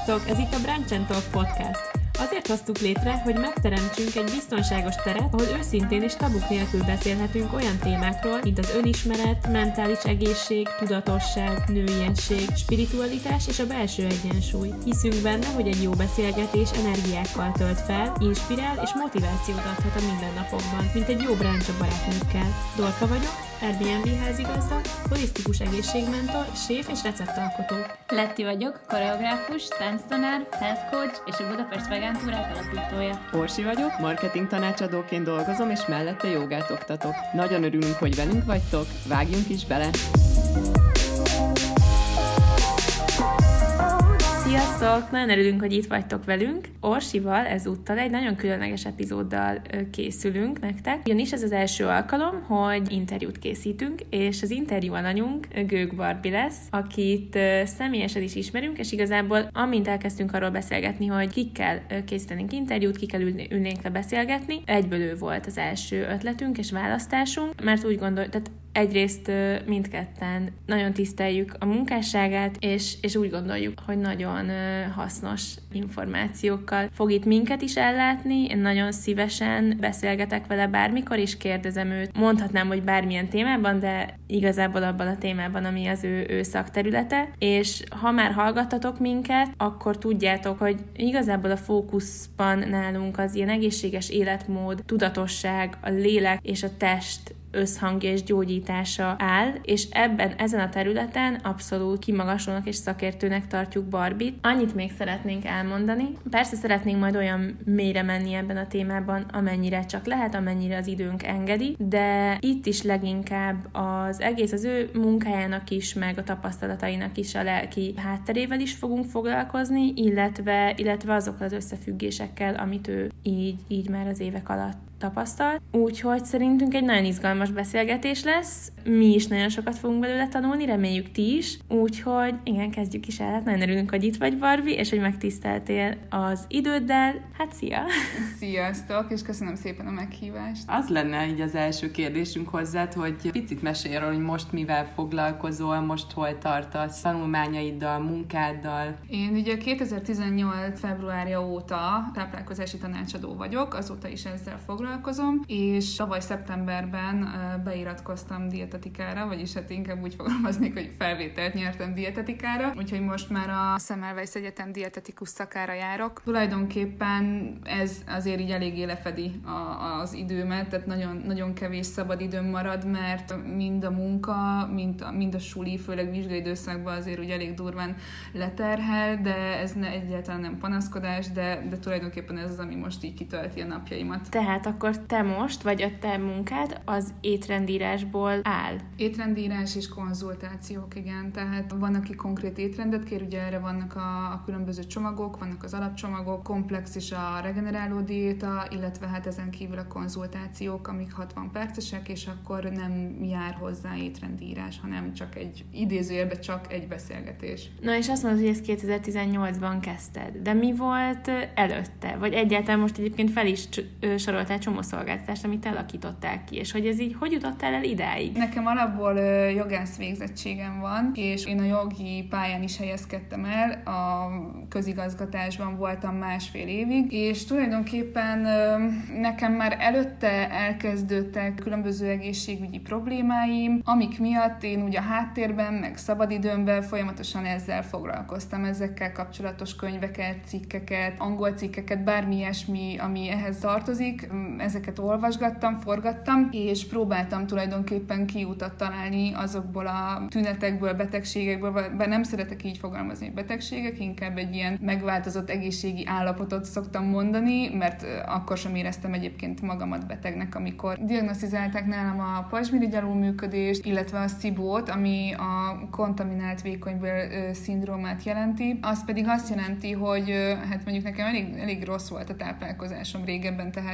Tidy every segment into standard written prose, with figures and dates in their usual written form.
Sziasztok! Ez itt a Brunch & Talk Podcast. Azért hoztuk létre, hogy megteremtsünk egy biztonságos teret, ahol őszintén és tabuk nélkül beszélhetünk olyan témákról, mint az önismeret, mentális egészség, tudatosság, nőiesség, spiritualitás és a belső egyensúly. Hiszünk benne, hogy egy jó beszélgetés energiákkal tölt fel, inspirál és motivációt adhat a mindennapokban, mint egy jó brunch a barátnőkkel. Dorka vagyok, Airbnb házigazda, holisztikus egészségmentor, séf és receptalkotó. Letti vagyok, koreográfus, tánctanár, health coach és a Budapest Vegán Túrák alapítója. Orsi vagyok, marketing tanácsadóként dolgozom, és mellette jogát oktatok. Nagyon örülünk, hogy velünk vagytok, vágjunk is bele! Sziasztok! Nagyon örülünk, hogy itt vagytok velünk. Orsival ezúttal egy nagyon különleges epizóddal készülünk nektek, ugyanis ez az első alkalom, hogy interjút készítünk, és az interjú alanyunk Gőg Barbi lesz, akit személyesen is ismerünk, és igazából amint elkezdtünk arról beszélgetni, hogy kikkel készítenénk interjút, kikkel ülnénk le beszélgetni, egyből ő volt az első ötletünk és választásunk, mert úgy tehát egyrészt mindketten nagyon tiszteljük a munkásságát, és úgy gondoljuk, hogy nagyon hasznos információkkal fog itt minket is ellátni. Én nagyon szívesen beszélgetek vele bármikor, és kérdezem őt. Mondhatnám, hogy bármilyen témában, de igazából abban a témában, ami az ő szakterülete. És ha már hallgattatok minket, akkor tudjátok, hogy igazából a fókuszban nálunk az ilyen egészséges életmód, tudatosság, a lélek és a test összhangja és gyógyítása áll, és ezen a területen abszolút kimagaslónak és szakértőnek tartjuk Barbit. Annyit még szeretnénk elmondani. Persze szeretnénk majd olyan mélyre menni ebben a témában, amennyire csak lehet, amennyire az időnk engedi, de itt is leginkább az egész az ő munkájának is, meg a tapasztalatainak is a lelki hátterével is fogunk foglalkozni, illetve azokkal az összefüggésekkel, amit ő így már az évek alatt tapasztalt. Úgyhogy szerintünk egy nagyon izgalmas beszélgetés lesz. Mi is nagyon sokat fogunk belőle tanulni, reméljük ti is. Úgyhogy igen, kezdjük is el. Nagyon örülünk, hogy itt vagy, Barbie, és hogy megtiszteltél az időddel. Hát szia! Sziasztok, és köszönöm szépen a meghívást. Az lenne így az első kérdésünk hozzád, hogy picit mesélj arról, hogy most mivel foglalkozol, most hol tartasz tanulmányaiddal, munkáddal. Én ugye 2018. februárja óta táplálkozási tanácsadó vagyok, azóta is ezzel foglalkozom, és tavaly szeptemberben beiratkoztam dietetikára, vagyis hát inkább úgy fogalmaznék, hogy felvételt nyertem dietetikára, úgyhogy most már a Semmelweis Egyetem dietetikus szakára járok. Tulajdonképpen ez azért így eléggé lefedi az időmet, tehát nagyon, nagyon kevés szabad időm marad, mert mind a munka, mind a suli, főleg vizsgai időszakban azért úgy elég durván leterhel, de ez egyáltalán nem panaszkodás, de tulajdonképpen ez az, ami most így kitölti a napjaimat. Tehát akkor te most, vagy a te munkád az étrendírásból áll? Étrendírás és konzultációk, igen. Tehát van, aki konkrét étrendet kér, ugye erre vannak a különböző csomagok, vannak az alapcsomagok, komplex is a regeneráló diéta, illetve hát ezen kívül a konzultációk, amik 60 percesek, és akkor nem jár hozzá étrendírás, hanem csak idézőjelben csak egy beszélgetés. Na és azt mondod, hogy ezt 2018-ban kezdted, de mi volt előtte? Vagy egyáltalán most egyébként fel is soroltál csomó szolgáltatást, amit alakítottál ki, és hogy ez így, hogy jutottál el idáig? Nekem alapból jogász végzettségem van, és én a jogi pályán is helyezkedtem el, a közigazgatásban voltam 1,5 évig, és tulajdonképpen nekem már előtte elkezdődtek különböző egészségügyi problémáim, amik miatt én ugye a háttérben, meg szabadidőmben folyamatosan ezzel foglalkoztam, ezekkel kapcsolatos könyveket, cikkeket, angol cikkeket, bármi ilyesmi, ami ehhez tartozik, ezeket olvasgattam, forgattam, és próbáltam tulajdonképpen kiutat találni azokból a tünetekből, betegségekből, bár nem szeretek így fogalmazni, hogy betegségek, inkább egy ilyen megváltozott egészségi állapotot szoktam mondani, mert akkor sem éreztem egyébként magamat betegnek, amikor diagnosztizálták nálam a pajzsmirigy alulműködést, illetve a SIBO-t, ami a kontaminált vékonybél szindrómát jelenti. Az pedig azt jelenti, hogy hát mondjuk nekem elég rossz volt a táplálkozásom régebben, tehát én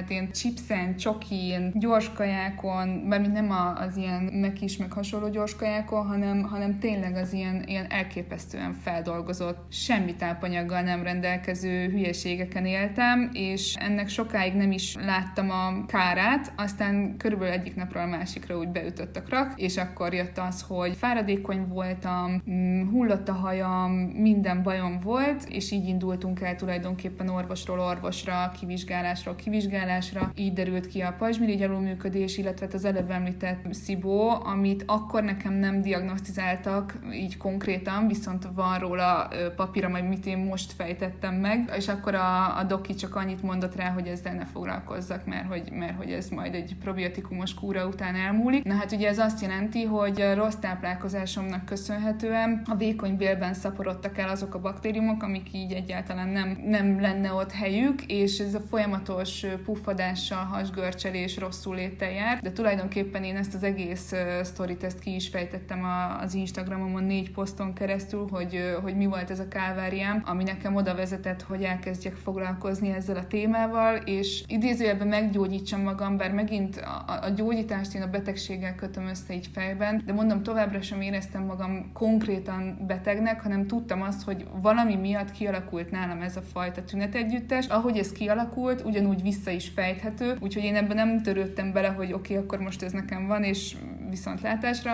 chipsen, csokin, gyorskajákon, mármint nem az ilyen megis, meg hasonló gyorskajákon, hanem tényleg az ilyen elképesztően feldolgozott, semmi tápanyaggal nem rendelkező hülyeségeken éltem, és ennek sokáig nem is láttam a kárát, aztán körülbelül egyik napról a másikra úgy beütött a krak, és akkor jött az, hogy fáradékony voltam, hullott a hajam, minden bajom volt, és így indultunk el tulajdonképpen orvosról orvosra, kivizsgálásra. Így derült ki a pajzsmirigy alulműködés, illetve az előbb említett SIBO, amit akkor nekem nem diagnosztizáltak így konkrétan, viszont van róla papíra, majd mit én most fejtettem meg, és akkor a doki csak annyit mondott rá, hogy ezzel ne foglalkozzak, mert hogy ez majd egy probiotikumos kúra után elmúlik. Na hát ugye ez azt jelenti, hogy a rossz táplálkozásomnak köszönhetően a vékony bélben szaporodtak el azok a baktériumok, amik így egyáltalán nem lenne ott helyük, és ez a folyamatos puffadással, hasgörcselés, rosszul léttel jár, de tulajdonképpen én ezt az egész sztorit ezt ki is fejtettem az Instagramomon 4 poszton keresztül, hogy mi volt ez a kálváriám, ami nekem oda vezetett, hogy elkezdjek foglalkozni ezzel a témával, és idézőjelben meggyógyítsam magam, bár megint a gyógyítást én a betegséggel kötöm össze így fejben, de mondom, továbbra sem éreztem magam konkrétan betegnek, hanem tudtam azt, hogy valami miatt kialakult nálam ez a fajta tünetegyüttes. Ahogy ez kialakult, ugyanúgy vissza is fejthető, úgyhogy én ebben nem törődtem bele, hogy oké, akkor most ez nekem van, és viszontlátásra,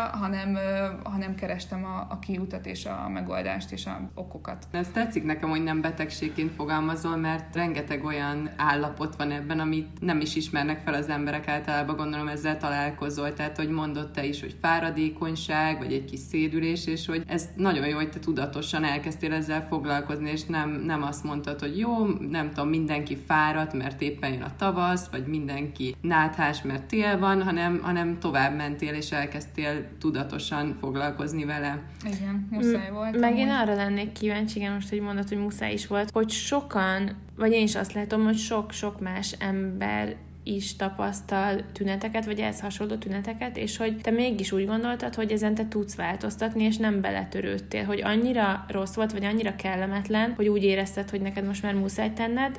hanem kerestem a kiutat és a megoldást és a okokat. Ez tetszik nekem, hogy nem betegségként fogalmazol, mert rengeteg olyan állapot van ebben, amit nem is ismernek fel az emberek, általában gondolom ezzel találkozol, tehát hogy mondod te is, hogy fáradékonyság, vagy egy kis szédülés, és hogy ez nagyon jó, hogy te tudatosan elkezdtél ezzel foglalkozni, és nem azt mondtad, hogy jó, nem tudom, mindenki fáradt, mert éppen jön a tavasz, vagy mindenki náthás, mert tél van, hanem tovább mentél, és elkezdtél tudatosan foglalkozni vele. Igen, muszáj volt. Meg én arra lennék kíváncsi, igen, most, hogy mondod, hogy muszáj is volt, hogy sokan, vagy én is azt látom, hogy sok más ember is tapasztal tüneteket, vagy ehhez hasonló tüneteket, és hogy te mégis úgy gondoltad, hogy ezen te tudsz változtatni, és nem beletörődtél, hogy annyira rossz volt, vagy annyira kellemetlen, hogy úgy érezted, hogy neked most már muszáj tenned,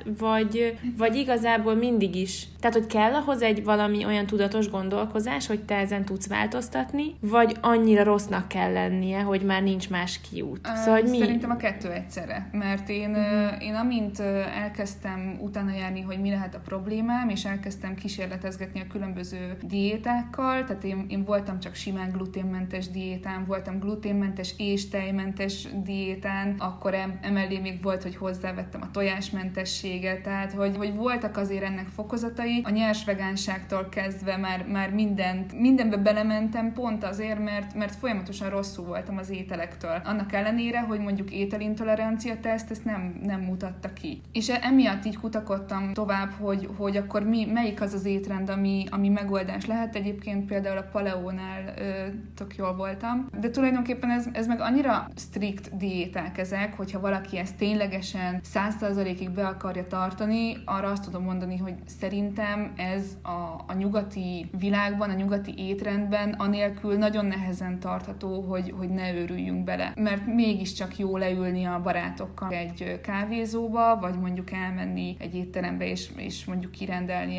vagy igazából mindig is. Tehát, hogy kell ahhoz egy valami olyan tudatos gondolkozás, hogy te ezen tudsz változtatni, vagy annyira rossznak kell lennie, hogy már nincs más kiút. Szóval, hogy mi? Szerintem a kettő egyszerre, mert én amint elkezdtem utána járni, hogy mi lehet a problémám, és elkezdtem kísérletezgetni a különböző diétákkal, tehát én voltam csak simán gluténmentes diétán, voltam gluténmentes és tejmentes diétán, akkor emellé még volt, hogy hozzávettem a tojásmentességet, tehát hogy voltak azért ennek fokozatai, a nyers vegánságtól kezdve már mindenbe belementem pont azért, mert folyamatosan rosszul voltam az ételektől. Annak ellenére, hogy mondjuk ételintolerancia teszt ezt nem mutatta ki. És emiatt így kutakodtam tovább, hogy akkor melyik az az étrend, ami megoldás lehet. Egyébként például a paleónál tök jól voltam. De tulajdonképpen ez meg annyira strikt diéták ezek, hogyha valaki ezt ténylegesen 100%-ig be akarja tartani, arra azt tudom mondani, hogy szerintem ez a nyugati világban, a nyugati étrendben anélkül nagyon nehezen tartható, hogy ne őrüljünk bele. Mert mégiscsak jó leülni a barátokkal egy kávézóba, vagy mondjuk elmenni egy étterembe és mondjuk kirendelni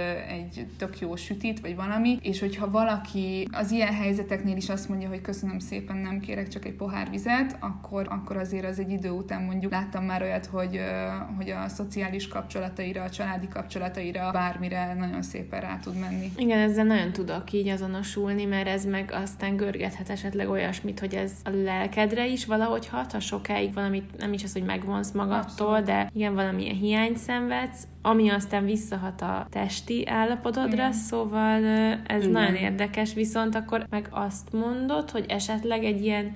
egy tök jó sütit, vagy valami, és hogyha valaki az ilyen helyzeteknél is azt mondja, hogy köszönöm szépen, nem kérek csak egy pohár vizet, akkor azért az egy idő után mondjuk láttam már olyat, hogy a szociális kapcsolataira, a családi kapcsolataira, bármire nagyon szépen rá tud menni. Igen, ezzel nagyon tudok így azonosulni, mert ez meg aztán görgethet esetleg olyasmit, hogy ez a lelkedre is valahogy hat, ha sokáig valamit, nem is az, hogy megvonsz magadtól, abszolút. De igen, valamilyen hiányt szenvedsz, ami aztán visszahat a testi állapotodra, igen. Szóval ez igen. Nagyon érdekes, viszont akkor meg azt mondod, hogy esetleg egy ilyen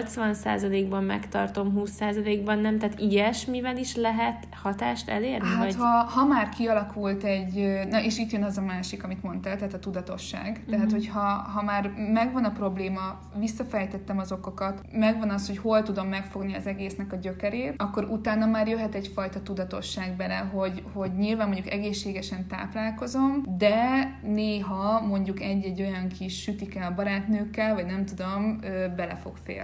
80%-ban megtartom, 20%-ban nem, tehát ilyesmivel is lehet hatást elérni? Hát vagy? Ha már kialakult na és itt jön az a másik, amit mondtál, tehát a tudatosság. Tehát, hogy ha már megvan a probléma, visszafejtettem az okokat, megvan az, hogy hol tudom megfogni az egésznek a gyökerét, akkor utána már jöhet egyfajta tudatosság bele, hogy nyilván mondjuk egészségesen táplálkozom, de néha mondjuk egy olyan kis sütike a barátnőkkel, vagy nem tudom, bele fog férni.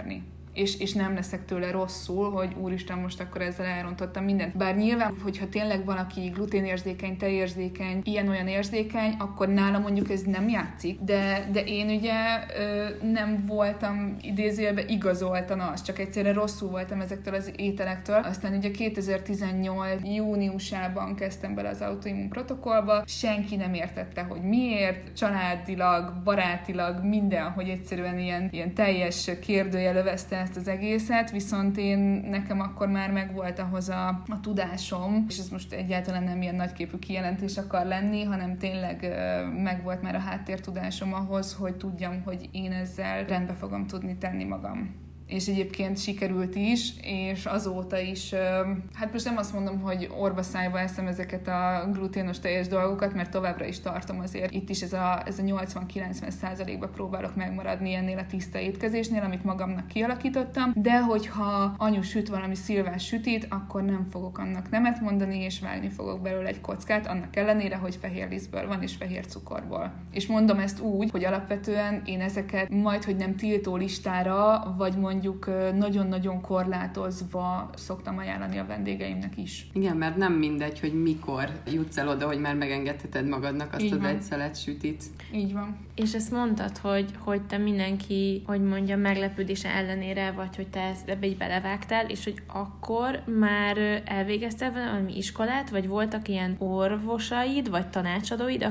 és nem leszek tőle rosszul, hogy úristen, most akkor ezzel elrontottam mindent. Bár nyilván, hogyha tényleg valaki gluténérzékeny, tejérzékeny, ilyen-olyan érzékeny, akkor nála mondjuk ez nem játszik. De én ugye nem voltam idézőjelben igazoltan az, csak egyszerűen rosszul voltam ezektől az ételektől. Aztán ugye 2018 júniusában kezdtem bele az autoimmun protokollba, senki nem értette, hogy miért, családilag, barátilag, minden, hogy egyszerűen ilyen teljes kérdőjel övezte ezt az egészet, viszont nekem akkor már megvolt ahhoz a tudásom, és ez most egyáltalán nem ilyen nagyképű kijelentés akar lenni, hanem tényleg megvolt már a háttértudásom ahhoz, hogy tudjam, hogy én ezzel rendbe fogom tudni tenni magam. És egyébként sikerült is, és azóta is, hát most nem azt mondom, hogy orba szájba eszem ezeket a gluténos tejes dolgokat, mert továbbra is tartom azért. Itt is ez a 80-90%-ba próbálok megmaradni ennél a tiszta étkezésnél, amit magamnak kialakítottam, de hogyha anyu süt valami szilvás sütit, akkor nem fogok annak nemet mondani, és vágni fogok belőle egy kockát, annak ellenére, hogy fehér lisztből van, és fehér cukorból. És mondom ezt úgy, hogy alapvetően én ezeket majdhogy nem tiltó listára, vagy mondjuk nagyon-nagyon korlátozva szoktam ajánlani a vendégeimnek is. Igen, mert nem mindegy, hogy mikor jutsz el oda, hogy már megengedheted magadnak azt az egy szelet sütit. Így van. És ezt mondtad, hogy te mindenki, hogy mondjam, meglepődése ellenére, vagy hogy te ezt ebbe így belevágtál, és hogy akkor már elvégeztél valami iskolát, vagy voltak ilyen orvosaid, vagy tanácsadóid,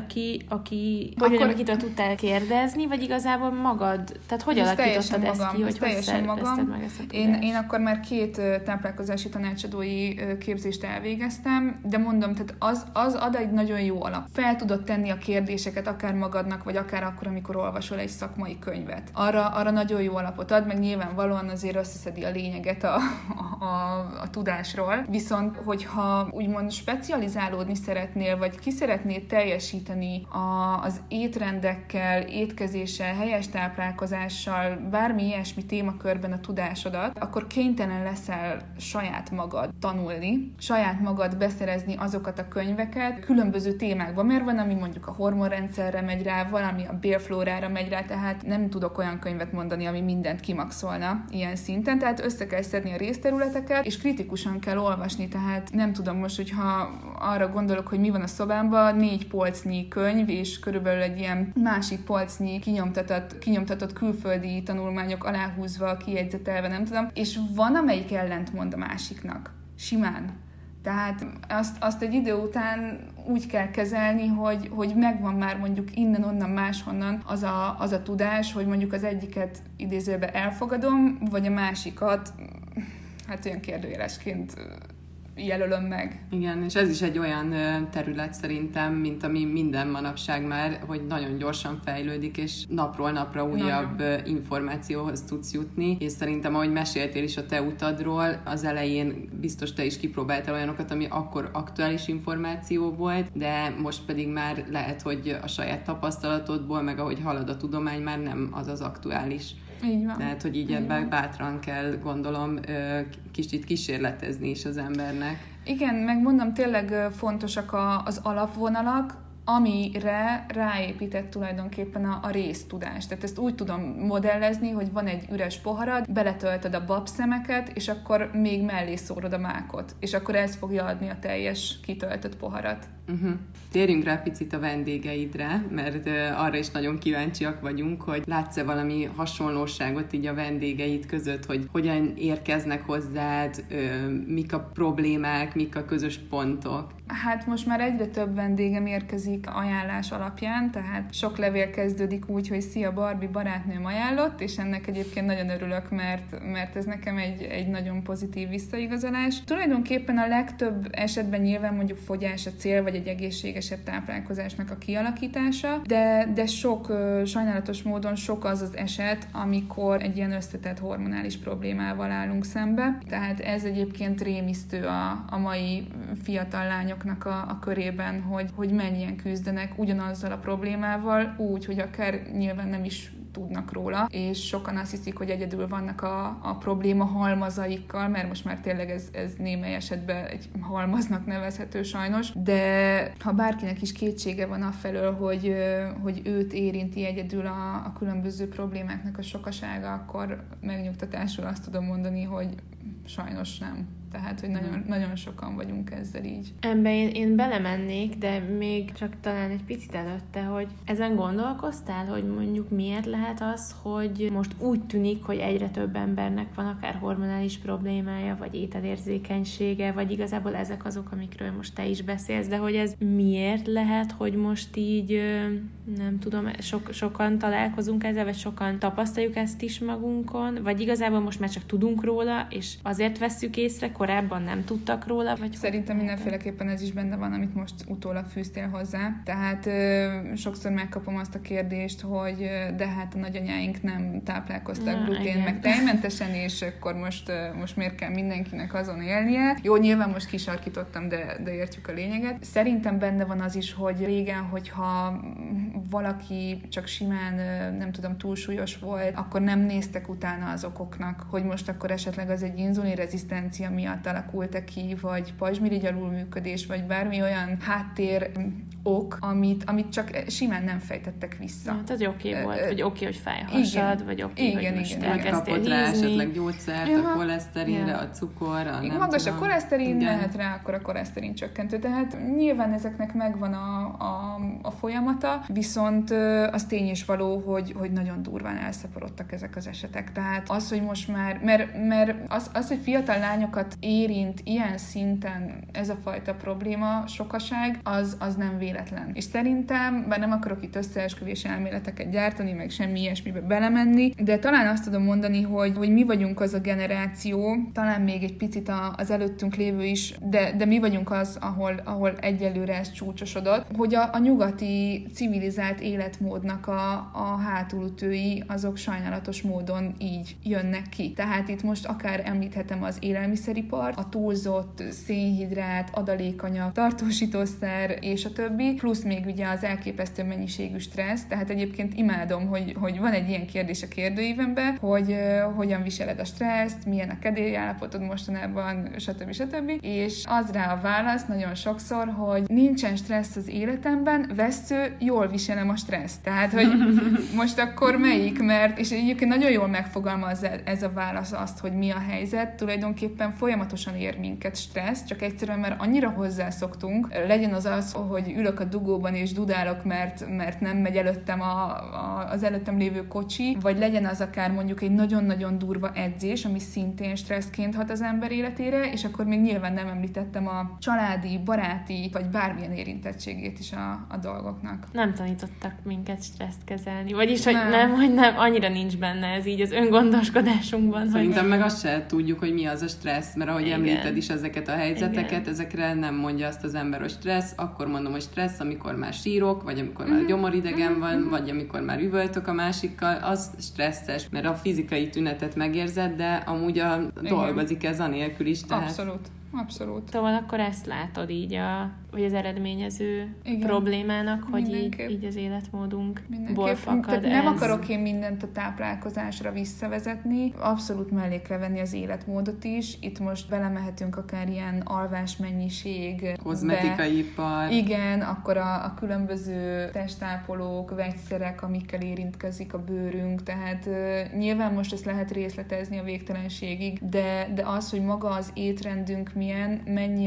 akitől tudtál kérdezni, vagy igazából magad, tehát hogy alakítottad ezt ki, hogy teljesen magam. Meg ezt a én akkor már 2 táplálkozási tanácsadói képzést elvégeztem, de mondom, tehát az ad egy nagyon jó alap. Fel tudod tenni a kérdéseket akár magadnak, vagy akár akkor, amikor olvasol egy szakmai könyvet. Arra nagyon jó alapot ad, meg nyilvánvalóan azért összeszedi a lényeget a tudásról. Viszont, hogyha úgymond specializálódni szeretnél, vagy ki szeretnél teljesíteni az étrendekkel, étkezéssel, helyes táplálkozással, bármi ilyesmi témakörben a tudásodat, akkor kénytelen leszel saját magad tanulni, saját magad beszerezni azokat a könyveket különböző témákban, mert van, ami mondjuk a hormonrendszerre megy rá, valami a bélflórára megy rá, tehát nem tudok olyan könyvet mondani, ami mindent kimaxolna ilyen szinten, tehát össze kell szedni a részterületeket, és kritikusan kell olvasni, tehát nem tudom most, hogyha arra gondolok, hogy mi van a szobámban, 4 polcnyi könyv, és körülbelül egy ilyen másik polcnyi kinyomtatott külföldi tanulmányok aláhúzva, kijegyzetelve, nem tudom, és van, amelyik ellentmond a másiknak. Simán. Tehát azt egy idő után úgy kell kezelni, hogy megvan már mondjuk innen-onnan máshonnan az a tudás, hogy mondjuk az egyiket idézőben elfogadom, vagy a másikat hát olyan kérdőjelesként jelölöm meg. Igen, és ez is egy olyan terület szerintem, mint ami minden manapság már, hogy nagyon gyorsan fejlődik, és napról napra újabb információhoz tudsz jutni, és szerintem, ahogy meséltél is a te utadról, az elején biztos te is kipróbáltál olyanokat, ami akkor aktuális információ volt, de most pedig már lehet, hogy a saját tapasztalatodból, meg ahogy halad a tudomány, már nem az aktuális. Így van. Tehát, hogy így ebben bátran kell, gondolom, kicsit kísérletezni is az embernek. Igen, megmondom, tényleg fontosak az alapvonalak, amire ráépített tulajdonképpen a résztudás. Tehát ezt úgy tudom modellezni, hogy van egy üres poharad, beletöltöd a babszemeket, és akkor még mellé szórod a mákot. És akkor ez fogja adni a teljes kitöltött poharat. Térjünk rá picit a vendégeidre, mert arra is nagyon kíváncsiak vagyunk, hogy látsz-e valami hasonlóságot így a vendégeid között, hogy hogyan érkeznek hozzád, mik a problémák, mik a közös pontok? Hát most már egyre több vendégem érkezik ajánlás alapján, tehát sok levél kezdődik úgy, hogy szia Barbie, barátnőm ajánlott, és ennek egyébként nagyon örülök, mert ez nekem egy nagyon pozitív visszaigazolás. Tulajdonképpen a legtöbb esetben nyilván mondjuk fogyás a cél, vagy egy egészségesebb táplálkozásnak a kialakítása, de sajnálatos módon sok az eset, amikor egy ilyen összetett hormonális problémával állunk szembe. Tehát ez egyébként rémisztő a mai fiatal lányoknak a körében, hogy mennyien küzdenek ugyanazzal a problémával, úgy, hogy akár nyilván nem is tudnak róla, és sokan azt hiszik, hogy egyedül vannak a probléma halmazaikkal, mert most már tényleg ez némely esetben egy halmaznak nevezhető sajnos, de ha bárkinek is kétsége van afelől, hogy őt érinti egyedül a különböző problémáknak a sokasága, akkor megnyugtatásul azt tudom mondani, hogy sajnos nem. Tehát, hogy nagyon, nagyon sokan vagyunk ezzel így. Ebben én belemennék, de még csak talán egy picit előtte, hogy ezen gondolkoztál, hogy mondjuk miért lehet az, hogy most úgy tűnik, hogy egyre több embernek van akár hormonális problémája, vagy ételérzékenysége, vagy igazából ezek azok, amikről most te is beszélsz, de hogy ez miért lehet, hogy most így, nem tudom, sokan találkozunk ezzel, vagy sokan tapasztaljuk ezt is magunkon, vagy igazából most már csak tudunk róla, és azért vesszük észre, korábban nem tudtak róla? Vagy szerintem mindenféleképpen ez is benne van, amit most utólag fűztél hozzá. Tehát sokszor megkapom azt a kérdést, hogy de hát a nagyanyáink nem táplálkoztak glutén meg tejmentesen, és akkor most miért kell mindenkinek azon élnie? Jó, nyilván most kisarkítottam, de értjük a lényeget. Szerintem benne van az is, hogy régen, hogyha valaki csak simán, nem tudom, túlsúlyos volt, akkor nem néztek utána az okoknak, hogy most akkor esetleg az egy inzulinrezisztencia miatt alakult ki, vagy pajzsmirigy alulműködés, vagy bármi olyan háttér ok, amit csak simán nem fejtettek vissza. Hát az oké volt, vagy oké, hogy fáj a hasad, vagy oké, hogy most elkezdtél kapott rá hízni. esetleg gyógyszert, a koleszterinre, a cukor, a nem magas tudom. a koleszterin, lehet rá akkor a koleszterin csökkentő. Tehát nyilván ezeknek megvan a folyamata, viszont az tény is való, hogy nagyon durván elszaporodtak ezek az esetek. Tehát az, hogy most már, mert az, hogy fiatal lányokat érint ilyen szinten ez a fajta probléma, sokaság, az nem véletlen. És szerintem, bár nem akarok itt összeesküvés elméleteket gyártani, meg semmi ilyesmibe belemenni, de talán azt tudom mondani, hogy mi vagyunk az a generáció, talán még egy picit az előttünk lévő is, de mi vagyunk az, ahol egyelőre ez csúcsosodott, hogy a nyugati civilizált életmódnak a hátulütői, azok sajnálatos módon így jönnek ki. Tehát itt most akár említhetem az élelmiszeripar, a túlzott szénhidrát, adalékanyag, tartósítószer és a többi, plusz még ugye az elképesztő mennyiségű stressz, tehát egyébként imádom, hogy van egy ilyen kérdés a kérdőívemben, hogy hogyan viseled a stresszt, milyen a kedélyállapotod mostanában, stb. És az rá a válasz nagyon sokszor, hogy nincsen stressz az életemben, vessző, jól viselem a stresszt. Tehát, hogy most akkor melyik, mert, és egyébként nagyon jól megfogalmaz ez a válasz azt, hogy mi a helyzet, tulajdonképpen folyamatosan ér minket stressz, csak egyszerűen mert annyira hozzászoktunk, legyen az, hogy ülök a dugóban és dudálok, mert nem megy előttem az előttem lévő kocsi, vagy legyen az akár mondjuk egy nagyon-nagyon durva edzés, ami szintén stresszként hat az ember életére, és akkor még nyilván nem említettem a családi, baráti, vagy bármilyen érintettségét is a dolgoknak. Nem tanítottak minket stresszt kezelni, vagyis, hogy nem, annyira nincs benne ez így az öngondoskodásunkban. Szerintem meg azt se tudjuk, hogy mi az a stressz, mert ahogy említed is ezeket a helyzeteket, ezekre nem mondja azt az ember, hogy stressz, akkor mondom, hogy stressz, amikor már sírok, vagy amikor már gyomoridegen van, vagy amikor már üvöltök a másikkal, az stresszes, mert a fizikai tünetet megérzed, de amúgy dolgozik ez anélkül is. Tehát... Abszolút. Szóval akkor ezt látod így vagy az eredményező problémának, hogy így az életmódunkból fakad nem akarok én mindent a táplálkozásra visszavezetni, abszolút mellékre venni az életmódot is. Itt most belemehetünk akár ilyen alvásmennyiség, kozmetikai ipar. Igen, akkor a különböző testápolók, vegyszerek, amikkel érintkezik a bőrünk, tehát nyilván most ezt lehet részletezni a végtelenségig, de az, hogy maga az étrendünk mennyi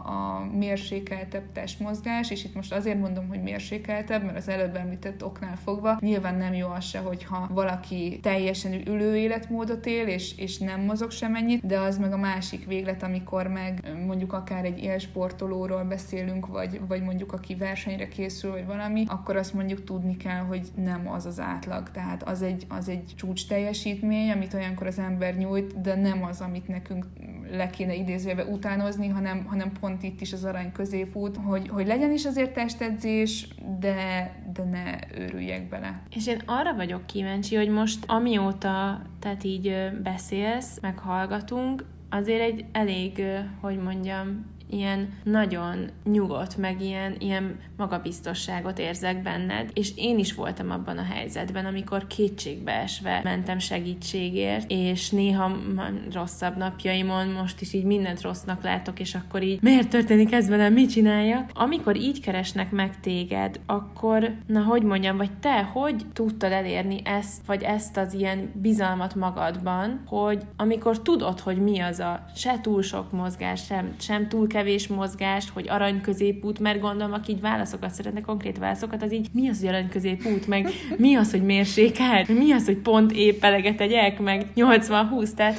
a mérsékeltebb testmozgás, és itt most azért mondom, hogy mérsékeltebb, mert az előbb említett oknál fogva nyilván nem jó az se, hogyha valaki teljesen ülő életmódot él, és nem mozog semennyit, de az meg a másik véglet, amikor meg mondjuk akár egy élsportolóról beszélünk, vagy mondjuk aki versenyre készül, vagy valami, akkor azt mondjuk tudni kell, hogy nem az átlag. Tehát az egy csúcs teljesítmény, amit olyankor az ember nyújt, de nem az, amit nekünk le kéne idézőbe utánozni, hanem pont itt is az arany középút, hogy legyen is azért testedzés, de ne őrüljek bele. És én arra vagyok kíváncsi, hogy most amióta tehát így beszélsz, meg hallgatunk, azért egy elég, hogy mondjam, ilyen nagyon nyugodt, meg ilyen magabiztosságot érzek benned, és én is voltam abban a helyzetben, amikor kétségbeesve mentem segítségért, és néha rosszabb napjaimon most is így mindent rossznak látok, és akkor így miért történik ez velem, mit csináljak? Amikor így keresnek meg téged, akkor, na hogy mondjam, vagy te hogy tudtad elérni ezt, vagy ezt az ilyen bizalmat magadban, hogy amikor tudod, hogy mi az a se túl sok mozgás, sem túl kevés mozgás, hogy arany középút, mert gondolom, aki így válaszokat szeretne, konkrét válaszokat, az így mi az, hogy arany középút, meg mi az, hogy mérsékelt, mi az, hogy pont épp eleget tegyek, meg 80-20, tehát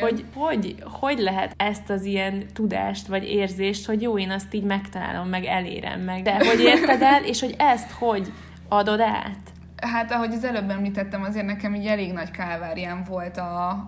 hogy lehet ezt az ilyen tudást, vagy érzést, hogy jó, én azt így megtalálom, meg elérem meg. De hogy érted el, és hogy ezt hogy adod át? Hát, ahogy az előbb említettem, azért nekem így elég nagy kálváriám volt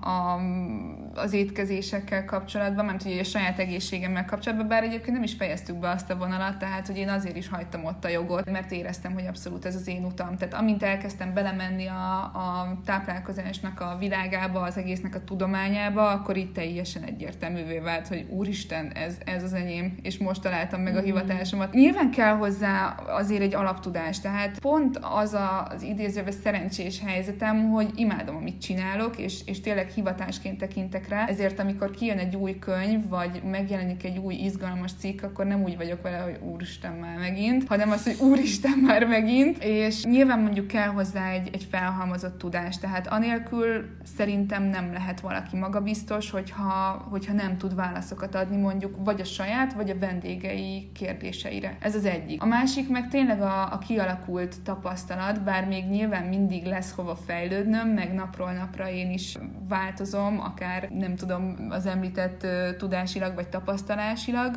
az étkezésekkel kapcsolatban, nem tudja, hogy a saját egészségemmel kapcsolatban, bár egyébként nem is fejeztük be azt a vonalat, tehát, hogy én azért is hagytam ott a jogot, mert éreztem, hogy abszolút ez az én utam. Tehát amint elkezdtem belemenni a táplálkozásnak a világába, az egésznek a tudományába, akkor így teljesen egyértelművé vált, hogy úristen, ez az enyém, és most találtam meg a hivatásomat. Nyilván kell hozzá azért egy alaptudás, tehát pont az az idézőben szerencsés helyzetem, hogy imádom, amit csinálok, és tényleg hivatásként tekintek rá, ezért amikor kijön egy új könyv, vagy megjelenik egy új izgalmas cikk, akkor nem úgy vagyok vele, hogy úristen már megint, hanem az, hogy úristen már megint, és nyilván mondjuk kell hozzá egy felhalmozott tudás, tehát anélkül szerintem nem lehet valaki magabiztos, hogyha nem tud válaszokat adni mondjuk vagy a saját, vagy a vendégei kérdéseire. Ez az egyik. A másik meg tényleg a kialakult tapasztalat, bár még nyilván mindig lesz hova fejlődnöm, meg napról napra én is változom, akár nem tudom, az említett tudásilag vagy tapasztalásilag,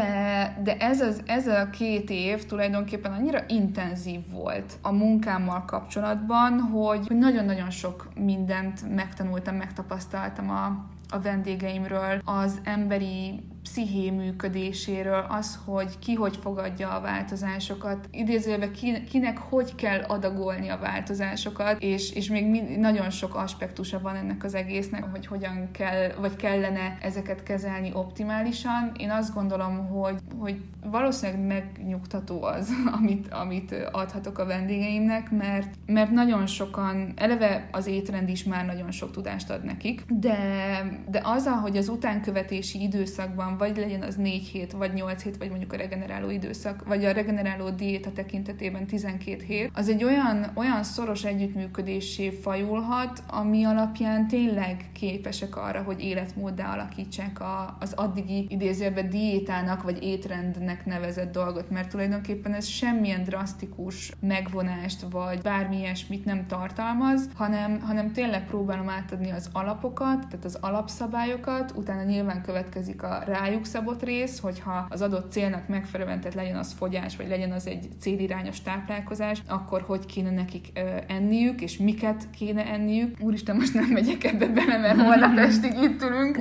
de ez a 2 év tulajdonképpen annyira intenzív volt a munkámmal kapcsolatban, hogy nagyon-nagyon sok mindent megtanultam, megtapasztaltam a vendégeimről, az emberi psziché működéséről, az, hogy ki hogy fogadja a változásokat, idézőjelben kinek hogy kell adagolni a változásokat, és még nagyon sok aspektusa van ennek az egésznek, hogy hogyan kell, vagy kellene ezeket kezelni optimálisan. Én azt gondolom, hogy valószínűleg megnyugtató az, amit adhatok a vendégeimnek, mert nagyon sokan, eleve az étrend is már nagyon sok tudást ad nekik, de az, hogy az utánkövetési időszakban vagy legyen az 4 hét, vagy 8 hét, vagy mondjuk a regeneráló időszak, vagy a regeneráló diéta tekintetében 12 hét, az egy olyan szoros együttműködéssé fajulhat, ami alapján tényleg képesek arra, hogy életmóddá alakítsák az addigi idézőjelben diétának, vagy étrendnek nevezett dolgot, mert tulajdonképpen ez semmilyen drasztikus megvonást, vagy bármi ilyesmit nem tartalmaz, hanem tényleg próbálom átadni az alapokat, tehát az alapszabályokat, utána nyilván következik a rájuk szabott rész, hogyha az adott célnak megfelelően, tehát legyen az fogyás, vagy legyen az egy célirányos táplálkozás, akkor hogy kéne nekik enniük, és miket kéne enniük. Úristen, most nem megyek ebbe bele, mert holnap estig itt ülünk,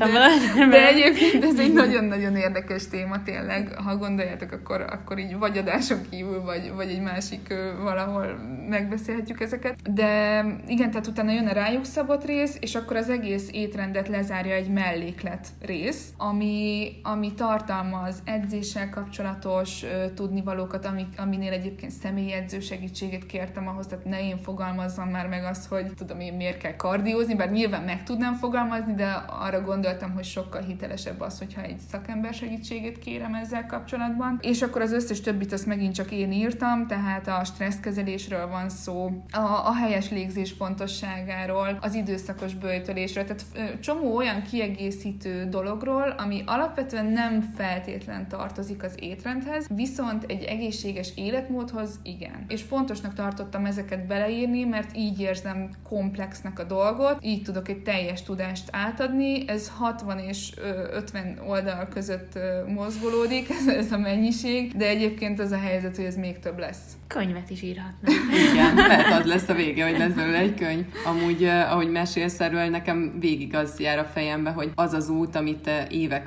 de egyébként ez egy nagyon-nagyon érdekes téma tényleg. Ha gondoljátok, akkor így vagy adáson kívül, vagy egy másik valahol megbeszélhetjük ezeket. De igen, tehát utána jön a rájuk szabott rész, és akkor az egész étrendet lezárja egy melléklet rész, ami tartalmaz edzéssel kapcsolatos tudnivalókat, aminél egyébként személyi edző segítséget kértem ahhoz, tehát ne én fogalmazzam már meg azt, hogy tudom én miért kell kardiózni, bár nyilván meg tudnám fogalmazni, de arra gondoltam, hogy sokkal hitelesebb az, hogyha egy szakember segítségét kérem ezzel kapcsolatban. És akkor az összes többit azt megint csak én írtam, tehát a stresszkezelésről van szó, a helyes légzés fontosságáról, az időszakos böjtölésről, tehát csomó olyan kiegészítő dologról, ami alapvetően nem feltétlen tartozik az étrendhez, viszont egy egészséges életmódhoz igen. És fontosnak tartottam ezeket beleírni, mert így érzem komplexnek a dolgot, így tudok egy teljes tudást átadni, ez 60 és 50 oldal között mozgolódik, ez a mennyiség, de egyébként az a helyzet, hogy ez még több lesz. Könyvet is írhatnám. Igen, tehát az lesz a vége, hogy lesz belőle egy könyv. Amúgy, ahogy mesélsz erről, nekem végig az jár a fejembe, hogy az az út, amit te évek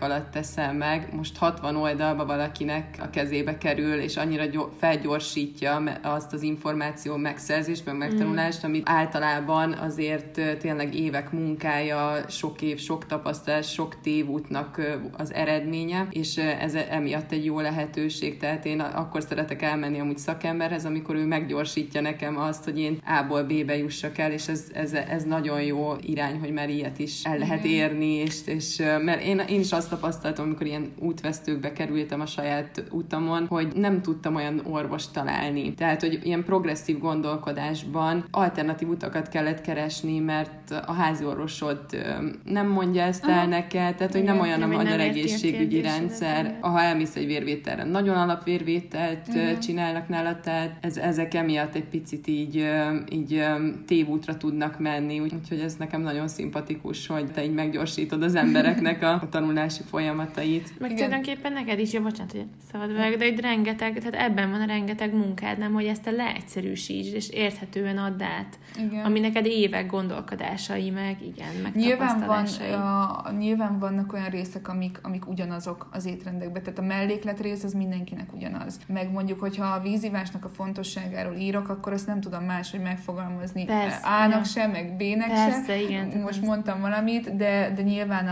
alatt teszem meg, most 60 oldalba valakinek a kezébe kerül, és annyira felgyorsítja azt az információ megszerzést, meg megtanulást, amit általában azért tényleg évek munkája, sok év, sok tapasztalás, sok tévútnak az eredménye, és ez emiatt egy jó lehetőség. Tehát én akkor szeretek elmenni amúgy szakemberhez, amikor ő meggyorsítja nekem azt, hogy én A-ból B-be jussak el, és ez nagyon jó irány, hogy már ilyet is el lehet érni, és mert én is azt tapasztaltam, amikor ilyen útvesztőkbe kerültem a saját utamon, hogy nem tudtam olyan orvost találni. Tehát, hogy ilyen progresszív gondolkodásban alternatív utakat kellett keresni, mert a házi orvosod nem mondja ezt el neked, tehát, hogy nem olyan a magyar egészségügyi rendszer. Ha elmész egy vérvételre, nagyon alapvérvételt csinálnak nálad, tehát ezek emiatt egy picit így tévútra tudnak menni, úgyhogy ez nekem nagyon szimpatikus, hogy te így meggyorsítod az embereknek a tanulási folyamatait. Meg tulajdonképpen neked is, bocsánat, hogy szabad vág, de rengeteg, tehát ebben van a rengeteg munkád, nem, hogy ezt te leegyszerűsítsd, és érthetően add át. Igen. Ami neked évek gondolkodásai, meg tapasztalásai. Nyilván vannak olyan részek, amik ugyanazok az étrendekben, tehát a melléklet rész az mindenkinek ugyanaz. Meg mondjuk, hogyha a vízivásnak a fontosságáról írok, akkor azt nem tudom máshogy megfogalmazni. Persze, A-nak se, meg B-nek persze, se. Igen, most mondtam valamit, de nyilván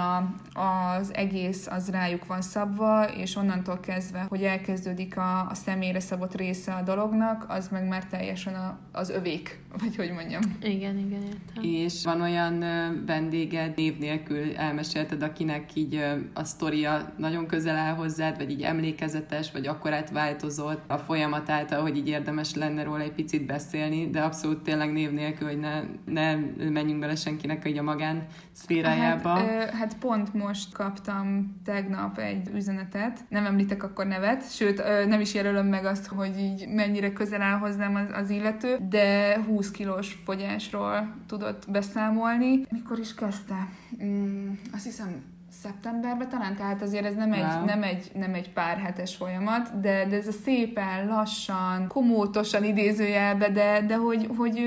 az egész az rájuk van szabva, és onnantól kezdve, hogy elkezdődik a személyre szabott része a dolognak, az meg már teljesen az övék, vagy hogy mondjam. Igen, értem. És van olyan vendéged, név nélkül elmesélted, akinek így a sztoria nagyon közel áll hozzád, vagy így emlékezetes, vagy akkorát változott a folyamat által, hogy így érdemes lenne róla egy picit beszélni, de abszolút tényleg név nélkül, hogy ne menjünk bele senkinek így a magán szférájába. Hát pont most kaptam tegnap egy üzenetet, nem említek akkor nevet, sőt nem is jelölöm meg azt, hogy így mennyire közel áll hozzám az illető, de 20 kilós fogyásról tudott beszámolni. Mikor is kezdte? Azt hiszem szeptemberben talán, tehát azért ez nem egy pár hetes folyamat, de ez a szépen, lassan, komótosan idézőjelbe, de hogy